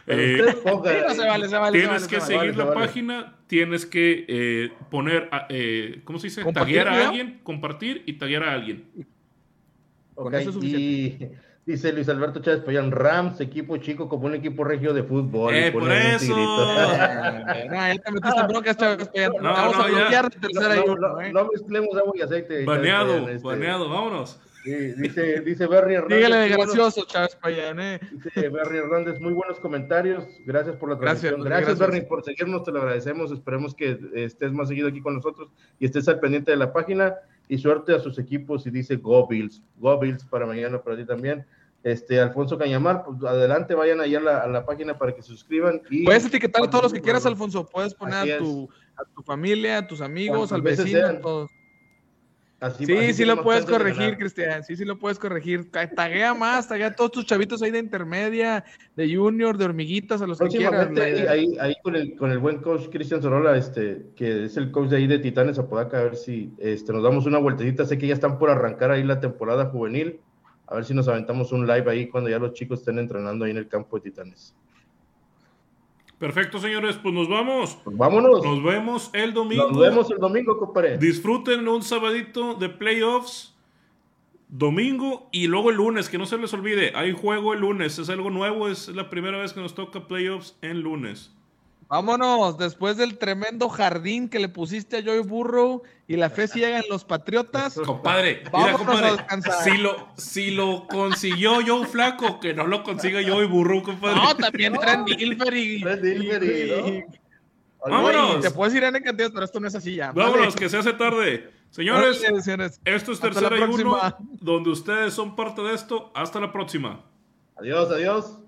Usted ponga, Sí, no se vale, Tienes que seguir la se vale. página, tienes que poner, ¿cómo se dice? ¿Compartir Taguear a video? alguien, compartir y taguear a alguien. Con Ok, eso es suficiente. y dice Luis Alberto Chávez Payán, Rams, equipo chico como un equipo regio de fútbol. Y por pone un eso. tigrito. No, ya te metiste en broncas, Chávez. Ya te No, vamos no, a ya. bloquear de tercera y uno, No mezclemos agua y aceite. Baneado, Chávez Payán, baneado, vámonos. Sí, dice Berry Hernández. Dígale de muy buenos- gracioso, Chávez Payán, Dice Berry Hernández, muy buenos comentarios. Gracias por la Gracias, transmisión. gracias. Berry, por seguirnos, te lo agradecemos. Esperemos que estés más seguido aquí con nosotros y estés al pendiente de la página. Y suerte a sus equipos. Y dice Go Bills para mañana, para ti también. Alfonso Cañamar, pues adelante, vayan ahí a la página para que se suscriban. Y Puedes etiquetar a todos los que quieras, Alfonso. Puedes poner Así a tu familia, a tus amigos, Cuantas al veces vecino, sean. a todos. Así Sí, sí lo tenemos puedes chance de corregir, ganar. Cristian. Sí, lo puedes corregir. Taguea a todos tus chavitos ahí de intermedia, de junior, de hormiguitas, a los que quieras. Próximamente ahí con el buen coach Cristian Sorola, que es el coach de ahí de Titanes Apodaca, a ver si nos damos una vueltecita. Sé que ya están por arrancar ahí la temporada juvenil. A ver si nos aventamos un live ahí cuando ya los chicos estén entrenando ahí en el campo de Titanes. Perfecto, señores, pues nos vamos. Pues vámonos. Nos vemos el domingo. Nos vemos el domingo, compadre. Disfruten un sabadito de playoffs. Domingo y luego el lunes, que no se les olvide, hay juego el lunes, es algo nuevo, es la primera vez que nos toca playoffs en lunes. Vámonos, después del tremendo jardín que le pusiste a Joey Burrow y la fe ciega en los Patriotas. Compadre, mira, Vámonos compadre, a descansar. si lo consiguió Joe Flaco, que no lo consiga Joey Burrow, compadre. No, también Trent Dilfer y... Trent Dilfer, ¿no? Vámonos. Oye, te puedes ir en cantidades, pero esto no es así ya. Vámonos, que se hace tarde. Señores, Vale, señores. esto es Hasta Tercera la y Uno, próxima. donde ustedes son parte de esto. Hasta la próxima. Adiós.